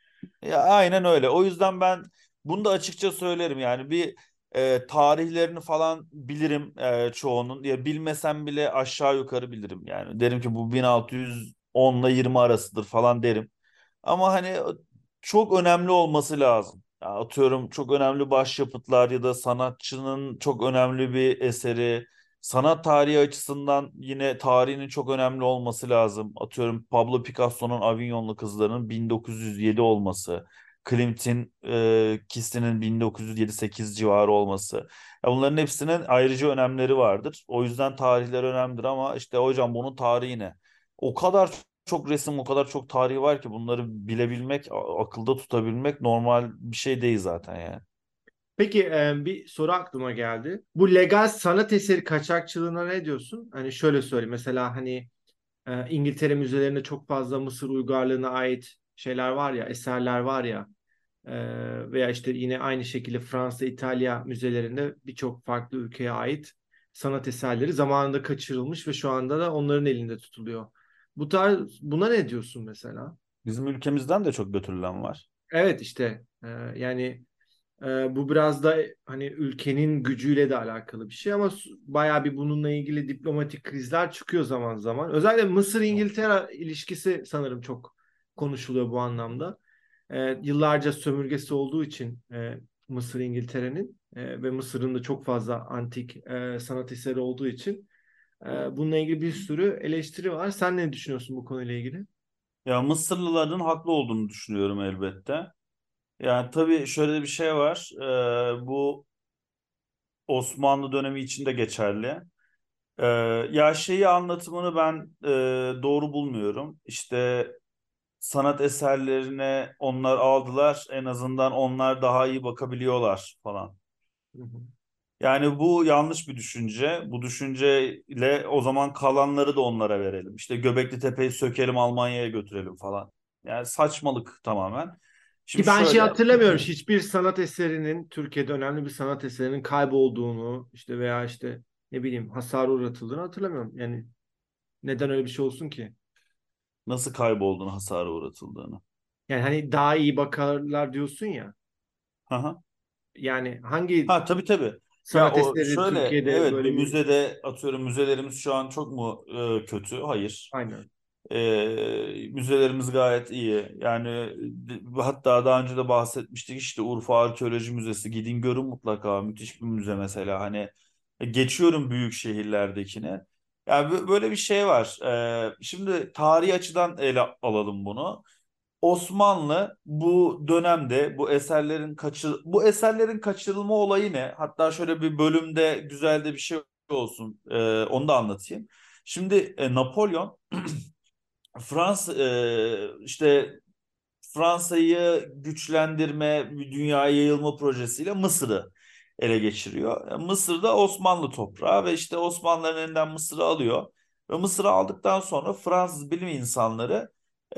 Ya aynen öyle. O yüzden ben bunu da açıkça söylerim. Yani bir e, tarihlerini falan bilirim e, çoğunun. Ya bilmesem bile aşağı yukarı bilirim. Yani derim ki bu bin altı yüz on ile yirmi arasıdır falan derim. Ama hani çok önemli olması lazım. Ya atıyorum çok önemli başyapıtlar ya da sanatçının çok önemli bir eseri, sanat tarihi açısından yine tarihinin çok önemli olması lazım. Atıyorum Pablo Picasso'nun Avignonlu Kızları'nın bin dokuz yüz yedi olması, Klimt'in e, Kissi'nin bin dokuz yüz yedi sekiz civarı olması. Ya bunların hepsinin ayrıca önemleri vardır. O yüzden tarihler önemlidir ama işte hocam bunun tarihi ne? O kadar çok resim, o kadar çok tarihi var ki bunları bilebilmek, a- akılda tutabilmek normal bir şey değil zaten yani. Peki e, bir soru aklıma geldi. Bu legal sanat eseri kaçakçılığına ne diyorsun? Hani şöyle söyleyeyim. Mesela hani e, İngiltere müzelerinde çok fazla Mısır uygarlığına ait şeyler var ya, eserler var ya. E, Veya işte yine aynı şekilde Fransa, İtalya müzelerinde birçok farklı ülkeye ait sanat eserleri zamanında kaçırılmış ve şu anda da onların elinde tutuluyor. Bu tarz, buna ne diyorsun mesela? Bizim ülkemizden de çok götürülen var. Evet işte e, yani Ee, bu biraz da hani ülkenin gücüyle de alakalı bir şey ama s- bayağı bir bununla ilgili diplomatik krizler çıkıyor zaman zaman. Özellikle Mısır-İngiltere ilişkisi sanırım çok konuşuluyor bu anlamda. Ee, yıllarca sömürgesi olduğu için e, Mısır İngiltere'nin e, ve Mısır'ın da çok fazla antik e, sanat eseri olduğu için e, bununla ilgili bir sürü eleştiri var. Sen ne düşünüyorsun bu konuyla ilgili? Ya Mısırlıların haklı olduğunu düşünüyorum elbette. Yani tabii şöyle bir şey var. Ee, bu Osmanlı dönemi için de geçerli. Ee, Ya şeyi anlatımını ben e, doğru bulmuyorum. İşte sanat eserlerine onlar aldılar. En azından onlar daha iyi bakabiliyorlar falan. Hı hı. Yani bu yanlış bir düşünce. Bu düşünceyle o zaman kalanları da onlara verelim. İşte Göbekli Tepe'yi sökelim, Almanya'ya götürelim falan. Yani saçmalık tamamen. Şimdi Ki ben şey şöyle, hatırlamıyorum. Hiçbir sanat eserinin Türkiye'de önemli bir sanat eserinin kaybolduğunu işte veya işte ne bileyim hasar uğratıldığını hatırlamıyorum. Yani neden öyle bir şey olsun ki? nasıl kaybolduğunu, hasara uğratıldığını. Yani hani daha iyi bakarlar diyorsun ya. Hı hı. Yani hangi Ha, tabii tabii. Ya sanat o eseri şöyle, Türkiye'de evet, bir böyle bir müzede atıyorum, müzelerimiz şu an çok mu e, kötü? Hayır. aynen. Ee, müzelerimiz gayet iyi. Yani d- hatta daha önce de bahsetmiştik, işte Urfa Arkeoloji Müzesi, gidin görün mutlaka, müthiş bir müze mesela. Hani e, geçiyorum büyük şehirlerdekine. Yani bö- böyle bir şey var. Ee, şimdi tarihi açıdan ele alalım bunu. Osmanlı bu dönemde bu eserlerin kaçır bu eserlerin kaçırılma olayı ne? Hatta şöyle bir bölümde güzel de bir şey olsun. Ee, onu da anlatayım. Şimdi e, Napolyon Fransa e, işte Fransa'yı güçlendirme, dünyaya yayılma projesiyle Mısır'ı ele geçiriyor. E, Mısır'da Osmanlı toprağı ve işte Osmanlıların elinden Mısır'ı alıyor. Ve Mısır'ı aldıktan sonra Fransız bilim insanları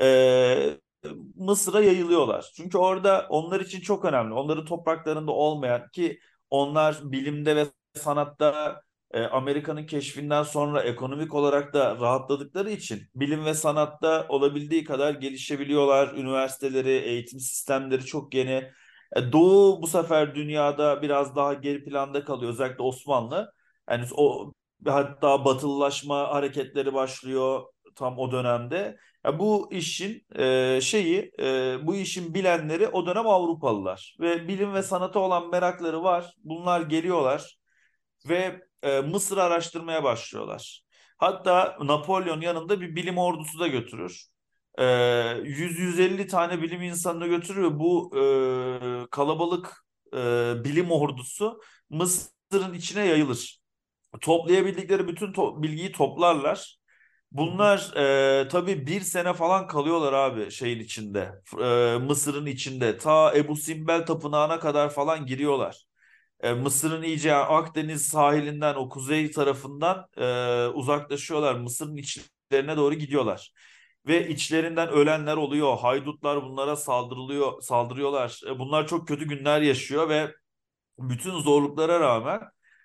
e, Mısır'a yayılıyorlar. Çünkü orada onlar için çok önemli. Onların topraklarında olmayan, ki onlar bilimde ve sanatta e, Amerika'nın keşfinden sonra ekonomik olarak da rahatladıkları için bilim ve sanatta olabildiği kadar gelişebiliyorlar. Üniversiteleri, eğitim sistemleri çok yeni. E, Doğu bu sefer dünyada biraz daha geri planda kalıyor. Özellikle Osmanlı. Yani o hatta batılılaşma hareketleri başlıyor tam o dönemde. Ya bu işin e, şeyi, e, bu işin bilenleri o dönem Avrupalılar ve bilim ve sanata olan merakları var. Bunlar geliyorlar ve e, Mısır'ı araştırmaya başlıyorlar. Hatta Napolyon yanında bir bilim ordusu da götürür. E, yüz yüz elli tane bilim insanını götürüyor. Bu e, kalabalık e, bilim ordusu Mısır'ın içine yayılır. Toplayabildikleri bütün to- bilgiyi toplarlar. Hı hı. Bunlar e, tabii bir sene falan kalıyorlar abi şeyin içinde. E, Mısır'ın içinde. Ta Ebu Simbel Tapınağı'na kadar falan giriyorlar. E, Mısır'ın iyice Akdeniz sahilinden o kuzey tarafından e, uzaklaşıyorlar. Mısır'ın içlerine doğru gidiyorlar. Ve içlerinden ölenler oluyor. Haydutlar bunlara saldırılıyor, saldırıyorlar. E, bunlar çok kötü günler yaşıyor ve bütün zorluklara rağmen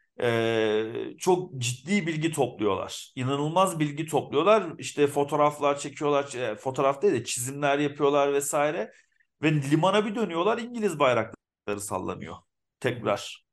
e, çok ciddi bilgi topluyorlar. İnanılmaz bilgi topluyorlar. İşte fotoğraflar çekiyorlar, e, fotoğraf değil de çizimler yapıyorlar vesaire. Ve limana bir dönüyorlar, İngiliz bayrakları sallanıyor Hı hı. tekrar.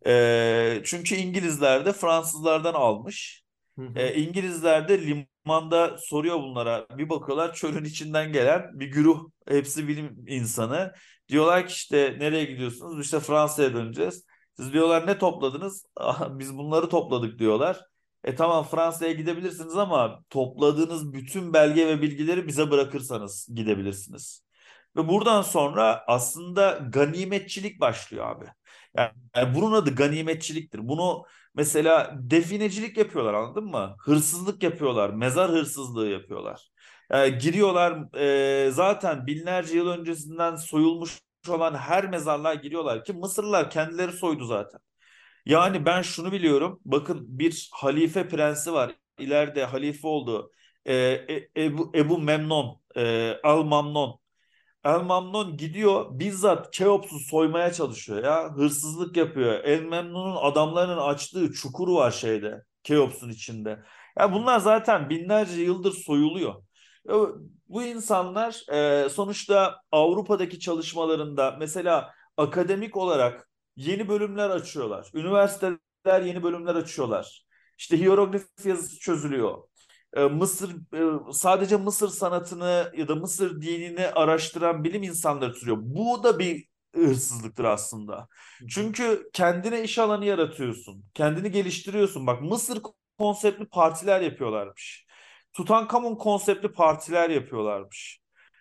E, çünkü İngilizler de Fransızlardan almış. Hı hı. E, İngilizler de limanda soruyor bunlara. Bir bakıyorlar çölün içinden gelen bir güruh. Hepsi bilim insanı. Diyorlar ki işte nereye gidiyorsunuz? İşte Fransa'ya döneceğiz. Siz diyorlar ne topladınız? "Aha, biz bunları topladık diyorlar. E tamam Fransa'ya gidebilirsiniz ama topladığınız bütün belge ve bilgileri bize bırakırsanız gidebilirsiniz. Ve buradan sonra aslında ganimetçilik başlıyor abi. Yani, yani bunun adı ganimetçiliktir. Bunu mesela definecilik yapıyorlar anladın mı? Hırsızlık yapıyorlar, mezar hırsızlığı yapıyorlar. Yani giriyorlar e, zaten binlerce yıl öncesinden soyulmuş olan her mezarlığa giriyorlar ki Mısırlılar kendileri soydu zaten. Yani ben şunu biliyorum. Bakın bir halife prensi var. İleride halife oldu. E, E- Ebu, Ebu Memnon, e, Al Mamnon. El Memnun gidiyor bizzat Keops'u soymaya çalışıyor ya. Hırsızlık yapıyor. El Memnun'un adamlarının açtığı çukur var şeyde. Keops'un içinde. Ya bunlar zaten binlerce yıldır soyuluyor. Ya bu insanlar e, sonuçta Avrupa'daki çalışmalarında mesela akademik olarak yeni bölümler açıyorlar. Üniversiteler yeni bölümler açıyorlar. İşte hieroglif yazısı çözülüyor. e, Mısır e, sadece Mısır sanatını ya da Mısır dinini araştıran bilim insanları türüyor. Bu da bir hırsızlıktır aslında. Hı hı. Çünkü kendine iş alanı yaratıyorsun. Kendini geliştiriyorsun. Bak Mısır konseptli partiler yapıyorlarmış. Tutankamon konseptli partiler yapıyorlarmış.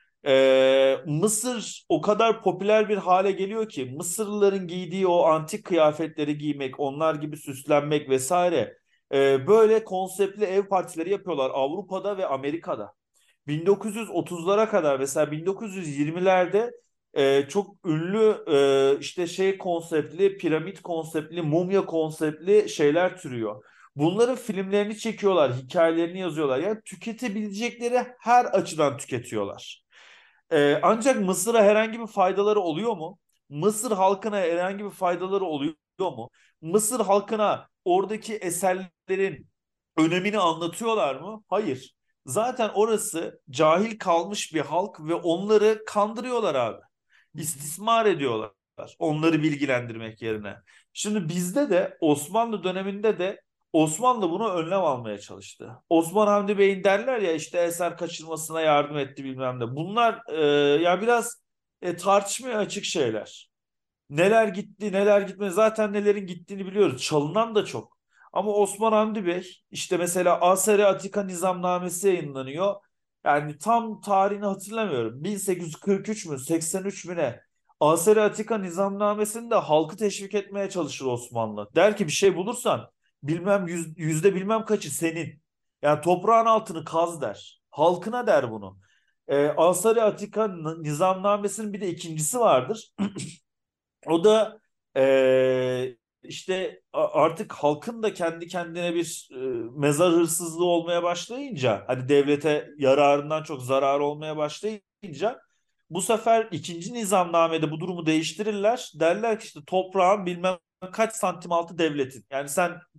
Ee, Mısır o kadar popüler bir hale geliyor ki Mısırlıların giydiği o antik kıyafetleri giymek, onlar gibi süslenmek vesaire e, böyle konseptli ev partileri yapıyorlar Avrupa'da ve Amerika'da. bin dokuz yüz otuzlara kadar mesela bin dokuz yüz yirmilerde e, çok ünlü e, işte şey konseptli, piramit konseptli, mumya konseptli şeyler türüyor. Bunların filmlerini çekiyorlar, hikayelerini yazıyorlar. Yani tüketebilecekleri her açıdan tüketiyorlar. Ee, ancak Mısır'a herhangi bir faydaları oluyor mu? Mısır halkına herhangi bir faydaları oluyor mu? Mısır halkına oradaki eserlerin önemini anlatıyorlar mı? Hayır. Zaten orası cahil kalmış bir halk ve onları kandırıyorlar abi. Hı hı. İstismar ediyorlar. Onları bilgilendirmek yerine. Şimdi bizde de Osmanlı döneminde de Osmanlı bunu önlem almaya çalıştı. Osman Hamdi Bey'in derler ya işte eser kaçırmasına yardım etti bilmem ne. Bunlar e, ya biraz e, tartışmaya açık şeyler. Neler gitti, neler gitmedi. Zaten nelerin gittiğini biliyoruz. Çalınan da çok. Ama Osman Hamdi Bey işte mesela Aseri Atika Nizamnamesi yayınlanıyor. Yani tam tarihini hatırlamıyorum. bin sekiz yüz kırk üç mü, seksen üç mü ne? Aseri Atika Nizamnamesi'nde halkı teşvik etmeye çalışır Osmanlı. Der ki bir şey bulursan bilmem yüz, yüzde bilmem kaçı senin. Yani toprağın altını kaz der. Halkına der bunu. Ee, Asari Atika Nizamnamesi'nin bir de ikincisi vardır. O da eee, işte a- artık halkın da kendi kendine bir e, mezar hırsızlığı olmaya başlayınca hani devlete yararından çok zarar olmaya başlayınca bu sefer ikinci nizamnamede bu durumu değiştirirler. Derler ki işte toprağın bilmem kaç santim altı devletin. Yani sen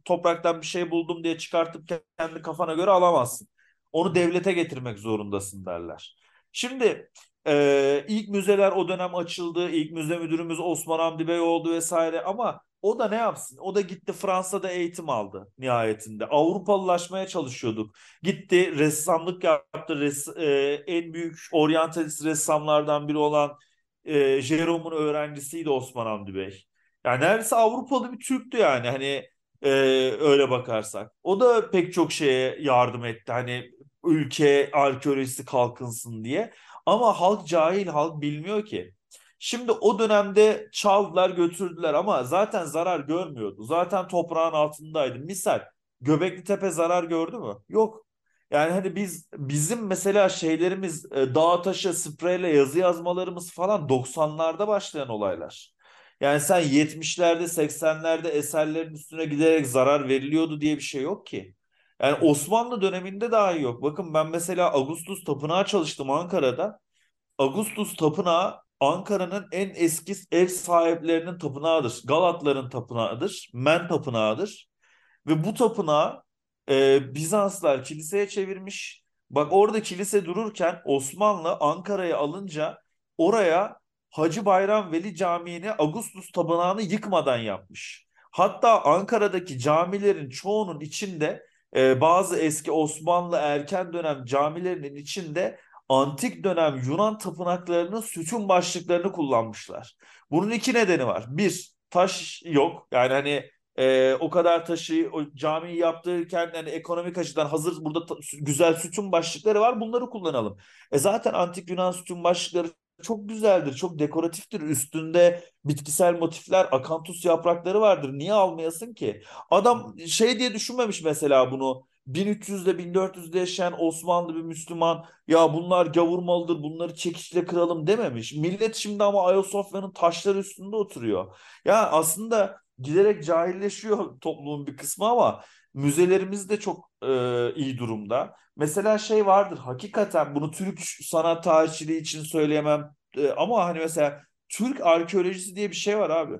topraktan bir şey buldum diye çıkartıp kendi kafana göre alamazsın. Onu devlete getirmek zorundasın derler. Şimdi e, ilk müzeler o dönem açıldı. İlk müze müdürümüz Osman Hamdi Bey oldu vesaire ama o da ne yapsın? O da gitti Fransa'da eğitim aldı nihayetinde. Avrupalılaşmaya çalışıyorduk. Gitti ressamlık yaptı. Res, e, en büyük oryantalist ressamlardan biri olan e, Jérôme'un öğrencisiydi Osman Hamdi Bey. Yani neredeyse Avrupalı bir Türktü yani hani e, öyle bakarsak. O da pek çok şeye yardım etti. Hani ülke arkeolojisi kalkınsın diye. Ama halk cahil, halk bilmiyor ki. Şimdi o dönemde çaldılar götürdüler ama zaten zarar görmüyordu. Zaten toprağın altındaydı. Misal Göbekli Tepe zarar gördü mü? Yok. Yani hani biz bizim mesela şeylerimiz e, dağa taşa spreyle yazı yazmalarımız falan doksanlarda başlayan olaylar. Yani sen yetmişlerde seksenlerde eserlerin üstüne giderek zarar veriliyordu diye bir şey yok ki. Yani Osmanlı döneminde dahi yok. Bakın ben mesela Ağustos Tapınağı çalıştım Ankara'da. Ağustos Tapınağı Ankara'nın en eski ev sahiplerinin tapınağıdır. Galatların tapınağıdır. Men tapınağıdır. Ve bu tapınağı e, Bizanslar kiliseye çevirmiş. Bak orada kilise dururken Osmanlı Ankara'yı alınca oraya Hacı Bayram Veli Camii'ni Ağustos Tapınağı'nı yıkmadan yapmış. Hatta Ankara'daki camilerin çoğunun içinde e, bazı eski Osmanlı erken dönem camilerinin içinde antik dönem Yunan tapınaklarının sütun başlıklarını kullanmışlar. Bunun iki nedeni var. Bir, taş yok. Yani hani ee, o kadar taşı o camiyi yaptırırken yani ekonomik açıdan hazır burada ta- güzel sütun başlıkları var bunları kullanalım. E zaten antik Yunan sütun başlıkları çok güzeldir, çok dekoratiftir. Üstünde bitkisel motifler, akantus yaprakları vardır. Niye almayasın ki? Adam şey diye düşünmemiş mesela bunu. bin üç yüzde bin dört yüzde yaşayan Osmanlı bir Müslüman ya bunlar gavurmalıdır bunları çekiçle kıralım dememiş. Millet şimdi ama Ayasofya'nın taşları üstünde oturuyor. Ya aslında giderek cahilleşiyor toplumun bir kısmı ama müzelerimiz de çok e, iyi durumda. Mesela şey vardır hakikaten bunu Türk sanat tarihçiliği için söyleyemem e, ama hani mesela Türk arkeolojisi diye bir şey var abi.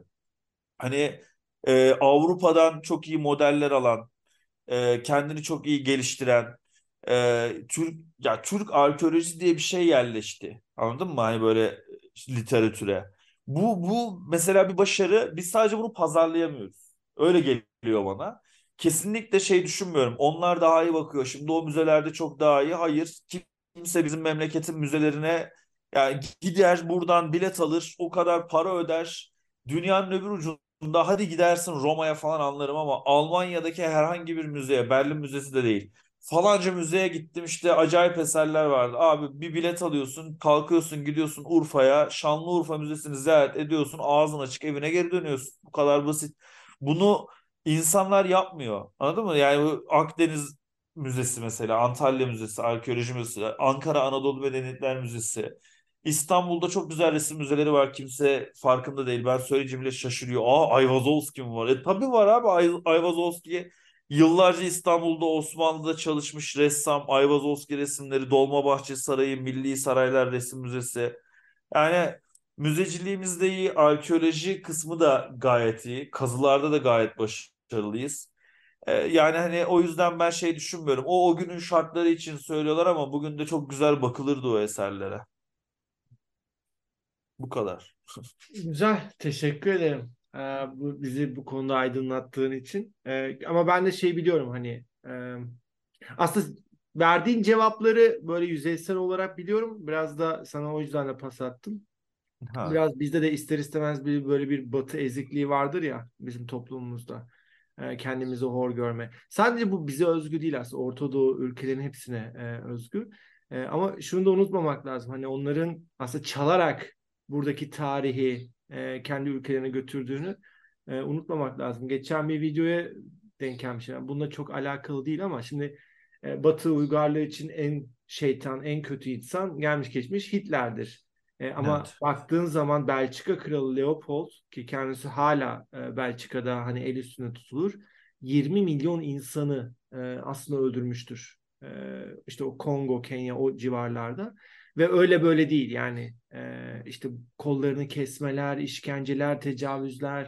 Hani e, Avrupa'dan çok iyi modeller alan, e, kendini çok iyi geliştiren e, Türk ya Türk arkeolojisi diye bir şey yerleşti. Anladın mı? Hani böyle literatüre. Bu bu mesela bir başarı. Biz sadece bunu pazarlayamıyoruz. Öyle geliyor bana. Kesinlikle şey düşünmüyorum. Onlar daha iyi bakıyor. Şimdi o müzelerde çok daha iyi. Hayır. Kimse bizim memleketin müzelerine yani gider buradan bilet alır, o kadar para öder. Dünyanın öbür ucunda hadi gidersin Roma'ya falan anlarım ama Almanya'daki herhangi bir müzeye, Berlin Müzesi de değil. Falanca müzeye gittim işte acayip eserler vardı. Abi bir bilet alıyorsun, kalkıyorsun, gidiyorsun Urfa'ya, Şanlıurfa Müzesi'ni ziyaret ediyorsun, ağzın açık evine geri dönüyorsun. Bu kadar basit. Bunu insanlar yapmıyor. Anladın mı? Yani bu Akdeniz Müzesi mesela, Antalya Müzesi, Arkeoloji Müzesi, Ankara Anadolu Medeniyetler Müzesi. İstanbul'da çok güzel resim müzeleri var. Kimse farkında değil. Ben söyleyince bile şaşırıyor. Aa Ayvazovski mi var? E tabii var abi. Ay Ayvazovski yıllarca İstanbul'da Osmanlı'da çalışmış ressam. Ayvazovski resimleri, Dolmabahçe Sarayı, Milli Saraylar Resim Müzesi. Yani müzeciliğimiz de iyi. Arkeoloji kısmı da gayet iyi. Kazılarda da gayet başarılıyız. Ee, yani hani o yüzden ben şey düşünmüyorum. O o günün şartları için söylüyorlar ama bugün de çok güzel bakılırdı o eserlere. Bu kadar. Güzel, teşekkür ederim. Ee, bu bizi bu konuda aydınlattığın için. Ee, ama ben de şey biliyorum hani e, aslında verdiğin cevapları böyle yüzeysel olarak biliyorum. Biraz da sana o yüzden de pas attım. Ha. Biraz bizde de ister istemez bir böyle bir batı ezikliği vardır ya bizim toplumumuzda. Ee, kendimizi hor görme. Sadece bu bize özgü değil aslında. Orta Doğu ülkelerin hepsine e, özgü. E, ama şunu da unutmamak lazım. Hani onların aslında çalarak buradaki tarihi e, kendi ülkelerine götürdüğünü e, unutmamak lazım. Geçen bir videoya denk gelmişim. Yani bununla çok alakalı değil ama şimdi e, Batı uygarlığı için en şeytan, en kötü insan gelmiş geçmiş Hitler'dir. E, ama Evet. baktığın zaman Belçika Kralı Leopold ki kendisi hala e, Belçika'da hani el üstünde tutulur. yirmi milyon insanı e, aslında öldürmüştür. E, işte o Kongo, Kenya o civarlarda. Ve öyle böyle değil yani e, işte kollarını kesmeler, işkenceler, tecavüzler.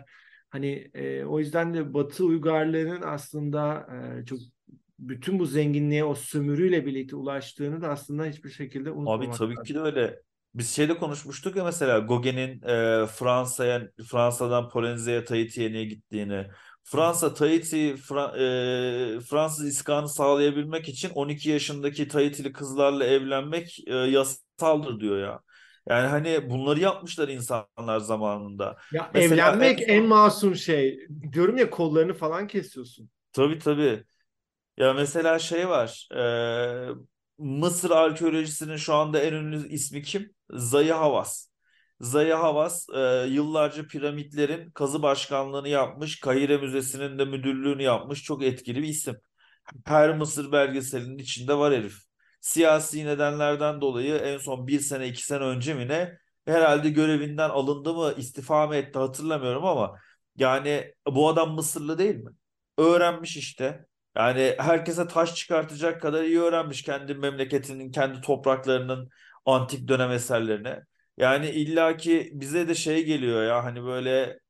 Hani e, o yüzden de Batı uygarlığının aslında e, çok bütün bu zenginliğe o sömürüyle birlikte ulaştığını da aslında hiçbir şekilde Abi unutmamak tabii ki lazım. de öyle. Biz şeyde konuşmuştuk ya, mesela Gauguin'in e, Fransa'ya, Fransa'dan Polonezya, Tahiti'ye niye gittiğini. Hı hı. Fransa Tahiti Fra- e, Fransız iskanı sağlayabilmek için on iki yaşındaki Tahitili kızlarla evlenmek e, yasaldır diyor ya. Yani hani bunları yapmışlar insanlar zamanında. Ya Mesela en evlenmek en son, masum şey. Diyorum ya, kollarını falan kesiyorsun. tabii tabii. Ya mesela şey var. e, Mısır arkeolojisinin şu anda en ünlü ismi kim? Zahi Hawass. Zahi Hawass e, yıllarca piramitlerin kazı başkanlığını yapmış. Kahire Müzesi'nin de müdürlüğünü yapmış. Çok etkili bir isim. Her Mısır belgeselinin içinde var herif. Siyasi nedenlerden dolayı en son bir sene iki sene önce mi ne, herhalde görevinden alındı mı istifa mı etti hatırlamıyorum ama yani bu adam Mısırlı değil mi? Öğrenmiş işte. Yani herkese taş çıkartacak kadar iyi öğrenmiş kendi memleketinin, kendi topraklarının antik dönem eserlerini. Yani illaki bize de şey geliyor ya, hani böyle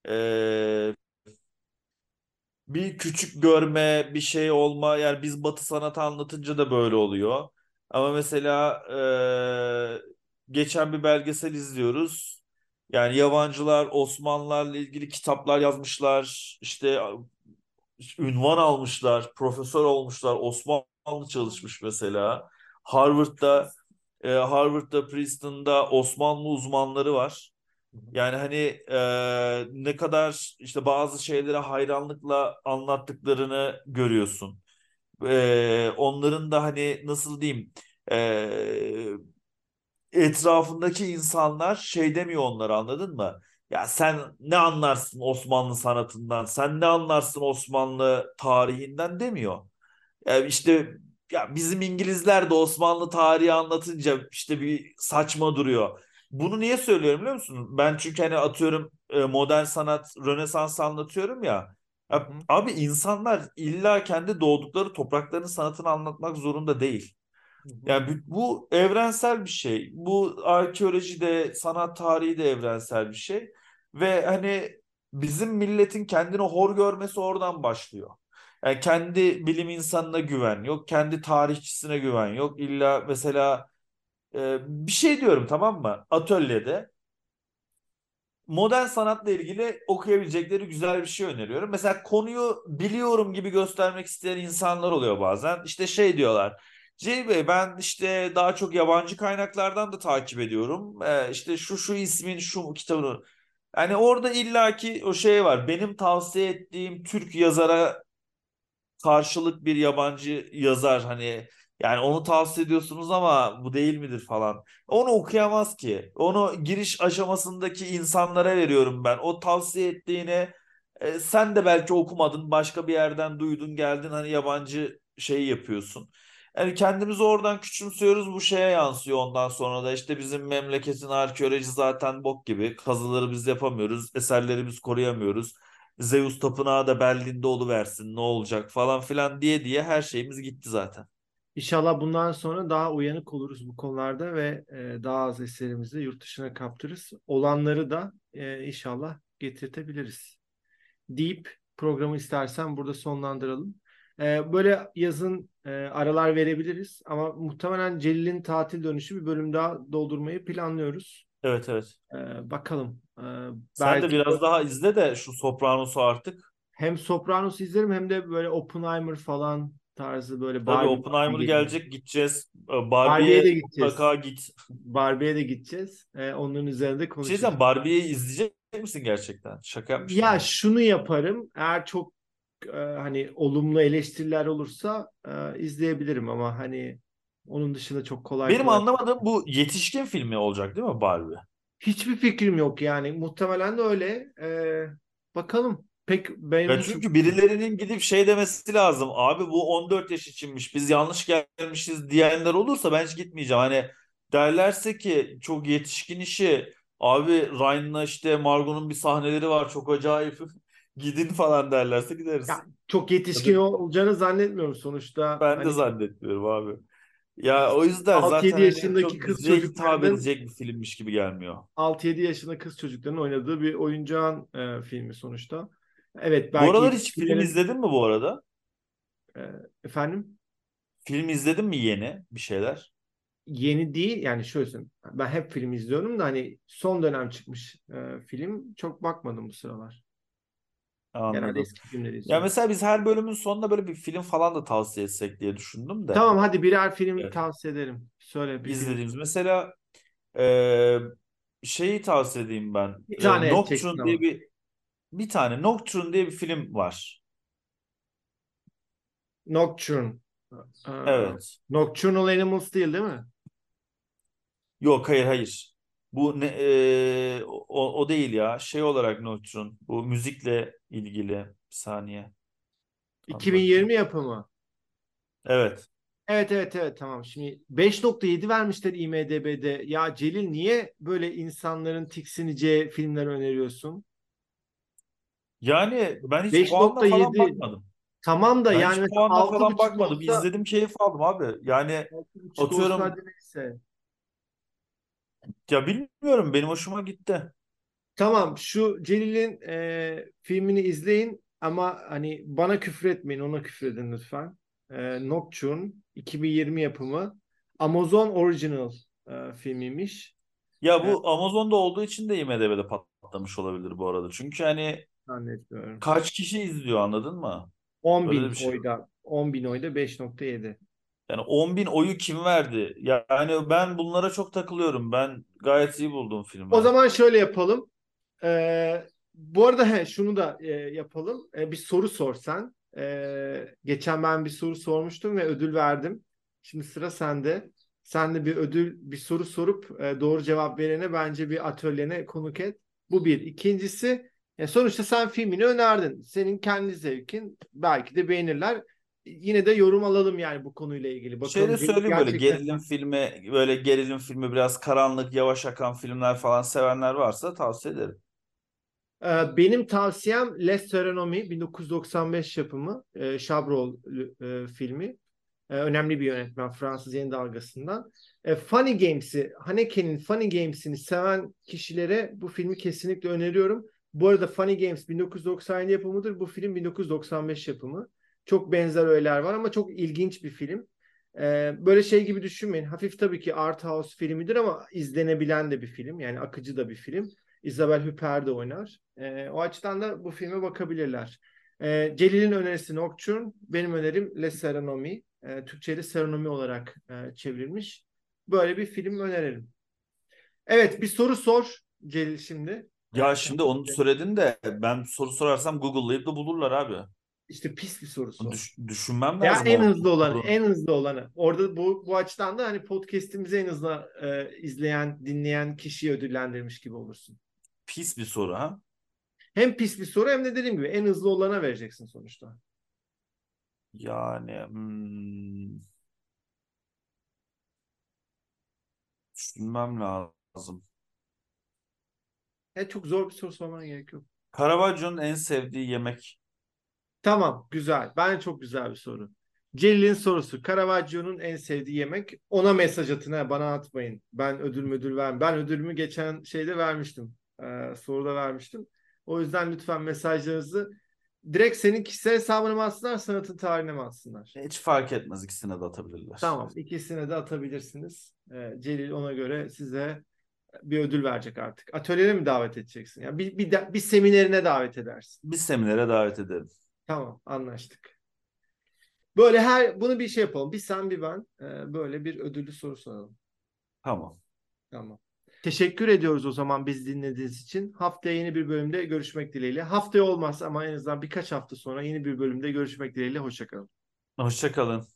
bir küçük görme, bir şey olma. Yani biz Batı sanatı anlatınca da böyle oluyor. Ama mesela eee, geçen bir belgesel izliyoruz. Yani yabancılar Osmanlılarla ilgili kitaplar yazmışlar. İşte ünvan almışlar, profesör olmuşlar. Osmanlı çalışmış mesela. Harvard'da, e, Harvard'da, Princeton'da Osmanlı uzmanları var. Hı hı. Yani hani e, ne kadar işte bazı şeylere hayranlıkla anlattıklarını görüyorsun. E, onların da hani nasıl diyeyim, e, etrafındaki insanlar şey demiyor onlara, anladın mı? Ya sen ne anlarsın Osmanlı sanatından, sen ne anlarsın Osmanlı tarihinden demiyor. Yani işte ya bizim İngilizler de Osmanlı tarihi anlatınca işte bir saçma duruyor. Bunu niye söylüyorum biliyor musun? Ben çünkü hani atıyorum e, modern sanat, Rönesans anlatıyorum ya. Hı Ya hı. abi insanlar illa kendi doğdukları toprakların sanatını anlatmak zorunda değil. Hı hı. Yani bu, bu evrensel bir şey. Bu arkeoloji de sanat tarihi de evrensel bir şey. Ve hani bizim milletin kendini hor görmesi oradan başlıyor. Yani kendi bilim insanına güven yok, kendi tarihçisine güven yok. İlla mesela e, bir şey diyorum, tamam mı? Atölyede modern sanatla ilgili okuyabilecekleri güzel bir şey öneriyorum. Mesela konuyu biliyorum gibi göstermek isteyen insanlar oluyor bazen. İşte şey diyorlar. Cey Bey, ben işte daha çok yabancı kaynaklardan da takip ediyorum. Ee, işte şu şu ismin şu kitabını. Yani orada illaki o şey var. Benim tavsiye ettiğim Türk yazara karşılık bir yabancı yazar, hani yani onu tavsiye ediyorsunuz ama bu değil midir falan. Onu okuyamaz ki. Onu giriş aşamasındaki insanlara veriyorum ben. O tavsiye ettiğine e, sen de belki okumadın, başka bir yerden duydun geldin, hani yabancı şey yapıyorsun. Yani kendimizi oradan küçümsüyoruz, bu şeye yansıyor ondan sonra da işte bizim memleketin arkeoloji zaten bok gibi, kazıları biz yapamıyoruz, eserleri biz koruyamıyoruz. Zeus tapınağı da Berlin'de oluversin ne olacak falan filan diye diye her şeyimiz gitti zaten. İnşallah bundan sonra daha uyanık oluruz bu konularda ve e, daha az eserimizi yurt dışına kaptırırız. Olanları da e, inşallah getirtebiliriz deyip programı istersen burada sonlandıralım. E, böyle yazın e, aralar verebiliriz ama muhtemelen Celil'in tatil dönüşü bir bölüm daha doldurmayı planlıyoruz. Evet evet. E, bakalım. E, Sen de belki biraz daha izle de şu Sopranos'u artık. hem Sopranos izlerim hem de böyle Oppenheimer falan tarzı, böyle Tabii Barbie Barbie Oppenheimer geliyor. gelecek, gideceğiz. Ee, Barbie'ye Barbie'ye de gideceğiz. mutlaka git. Barbie'ye de gideceğiz. Ee, onların üzerinde Bir şey konuşacağız. diyeceğim, Barbie'yi izleyecek misin gerçekten? Şaka yapmıştım Ya ya. şunu yaparım. Eğer çok e, hani olumlu eleştiriler olursa e, izleyebilirim ama hani onun dışında çok kolay Benim kolay. anlamadığım, bu yetişkin filmi olacak değil mi Barbie? Hiçbir fikrim yok yani. Muhtemelen de öyle. Ee, bakalım. Pek benim Ya hiç çünkü birilerinin gidip şey demesi lazım. Abi bu on dört yaş içinmiş, biz yanlış gelmişiz diyenler olursa ben hiç gitmeyeceğim. Hani derlerse ki çok yetişkin işi. Abi Ryan'la işte Margot'un bir sahneleri var çok acayip. Gidin falan derlerse gideriz. ya, çok Ya da yetişkin olacağını zannetmiyorum sonuçta. ben de Hani zannetmiyorum abi. Ya o yüzden altı zaten yedi hani yaşındaki çok kız diziye hitap çocuklarının edecek bir filmmiş gibi gelmiyor. altı yedi yaşında kız çocukların oynadığı bir oyuncağın e, filmi sonuçta. Evet, Bu belki aralar hiç film yetişkinlerin izledin mi bu arada? e, efendim, Film izledin mi yeni bir şeyler? yeni değil yani, şöyle söyleyeyim. Ben hep film izliyorum da hani son dönem çıkmış e, film çok bakmadım bu sıralar. Genelde Anladım. eski filmleri Ya izliyorum. mesela biz her bölümün sonunda böyle bir film falan da tavsiye etsek diye düşündüm de. Tamam, hadi birer film Evet. tavsiye ederim. Söyle bir film. İzlediğimiz. Mesela e, şeyi tavsiye edeyim ben. Bir E, tane edeceksin Nocturne diye ama. bir bir tane Nocturne diye bir film var. Nocturne. Ee, Evet. Nocturnal Animals değil, değil mi? Yok, hayır, hayır. Bu ne e, o, o değil ya. Şey olarak Nocturne. Bu müzikle ilgili. Bir saniye. Tam bakayım. iki bin yirmi yapımı. Evet. Evet, evet, evet, tamam. Şimdi beş nokta yedi vermişler IMDb'de. Ya Celil, niye böyle insanların tiksineceği filmler öneriyorsun? Yani ben hiç puanla falan beş nokta yedi bakmadım. tamam da, Ben yani hiç mesela puanla altı falan buçuk bakmadım. olsa İzledim, keyif aldım abi. Yani altı buçuk olsa atıyorum, hadi neyse. ya bilmiyorum, benim hoşuma gitti. Tamam, şu Celil'in e, filmini izleyin ama hani bana küfür etmeyin, ona küfür edin lütfen. E, Nocturne iki bin yirmi yapımı, Amazon Original e, filmiymiş. Ya E, bu Amazon'da olduğu için de IMDb'de patlamış olabilir bu arada. Çünkü hani Zannetmiyorum. kaç kişi izliyor, anladın mı? on Öyle de bin bir şey var. oyda on bin oyda beş nokta yedi. Yani on bin oyu kim verdi? Yani ben bunlara çok takılıyorum. Ben gayet iyi buldum O filmi. zaman şöyle yapalım. Ee, Bu arada he, şunu da e, yapalım. E, bir soru sor sen. E, geçen ben bir soru sormuştum ve ödül verdim. Şimdi sıra sende. Sen de bir ödül, bir soru sorup e, doğru cevap verene bence bir atölyene konuk et. Bu bir. İkincisi, e, sonuçta sen filmini önerdin. Senin kendi zevkin, belki de beğenirler. Yine de yorum alalım yani bu konuyla ilgili. Şey Bakalım de Celil söyleyeyim, böyle gerçekten. gerilim filmi, böyle gerilim filmi biraz karanlık, yavaş akan filmler falan sevenler varsa tavsiye ederim. Ee, Benim tavsiyem Les Serenomi, bin dokuz yüz doksan beş yapımı, e, Chabrol e, filmi. E, önemli bir yönetmen, Fransız yeni dalgasından. E, Funny Games'i, Haneke'nin Funny Games'ini seven kişilere bu filmi kesinlikle öneriyorum. Bu arada Funny Games bin dokuz yüz doksan yedi yapımıdır. Bu film bin dokuz yüz doksan beş yapımı. Çok benzer öğeler var ama çok ilginç bir film. E, böyle şey gibi düşünmeyin. Hafif tabii ki art house filmidir ama izlenebilen de bir film. Yani akıcı da bir film. Isabelle Huppert de oynar. E, o açıdan da bu filme bakabilirler. E, Celil'in önerisi Nocturne. Benim önerim Les Serenomi. E, Türkçe'de Seronomi olarak e, çevrilmiş. Böyle bir film önerelim. Evet, bir soru sor Celil şimdi. Ya E, sen şimdi onu söyledin de ben soru sorarsam Google'layıp da bulurlar abi. işte pis bir soru sor. Düş- düşünmem Ya lazım en o hızlı olanı, sorunun. en hızlı olanı. Orada bu bu açıdan da hani podcast'imizi en hızlı e, izleyen, dinleyen kişiyi ödüllendirmiş gibi olursun. Pis bir soru ha. Hem pis bir soru hem de dediğim gibi en hızlı olana vereceksin sonuçta. Yani hmm, düşünmem lazım. Ya çok zor bir soru sormana gerek yok. Caravaggio'nun en sevdiği yemek. Tamam, güzel. Bence çok güzel bir soru. Celil'in sorusu. Caravaggio'nun en sevdiği yemek. Ona mesaj atın, ha, bana atmayın. Ben ödül müdül vermem. Ben ödülümü geçen şeyde vermiştim. Ee, soruda vermiştim. O yüzden lütfen mesajlarınızı direkt senin kişisel hesabına mı atsınlar, sanatın tarihine mi atsınlar? Hiç fark etmez, ikisine de atabilirler. Tamam, ikisine de atabilirsiniz. Ee, Celil ona göre size bir ödül verecek artık. Atölyene mi davet edeceksin? Yani bir, bir, de- bir seminerine davet edersin. Bir seminere davet ederim. Tamam, anlaştık. Böyle her bunu bir şey yapalım. Bir sen bir ben e, böyle bir ödüllü soru soralım. Tamam. Tamam. Teşekkür ediyoruz o zaman biz dinlediğiniz için. Haftaya yeni bir bölümde görüşmek dileğiyle. Haftaya olmaz ama en azından birkaç hafta sonra yeni bir bölümde görüşmek dileğiyle. Hoşça kalın. Hoşça kalın.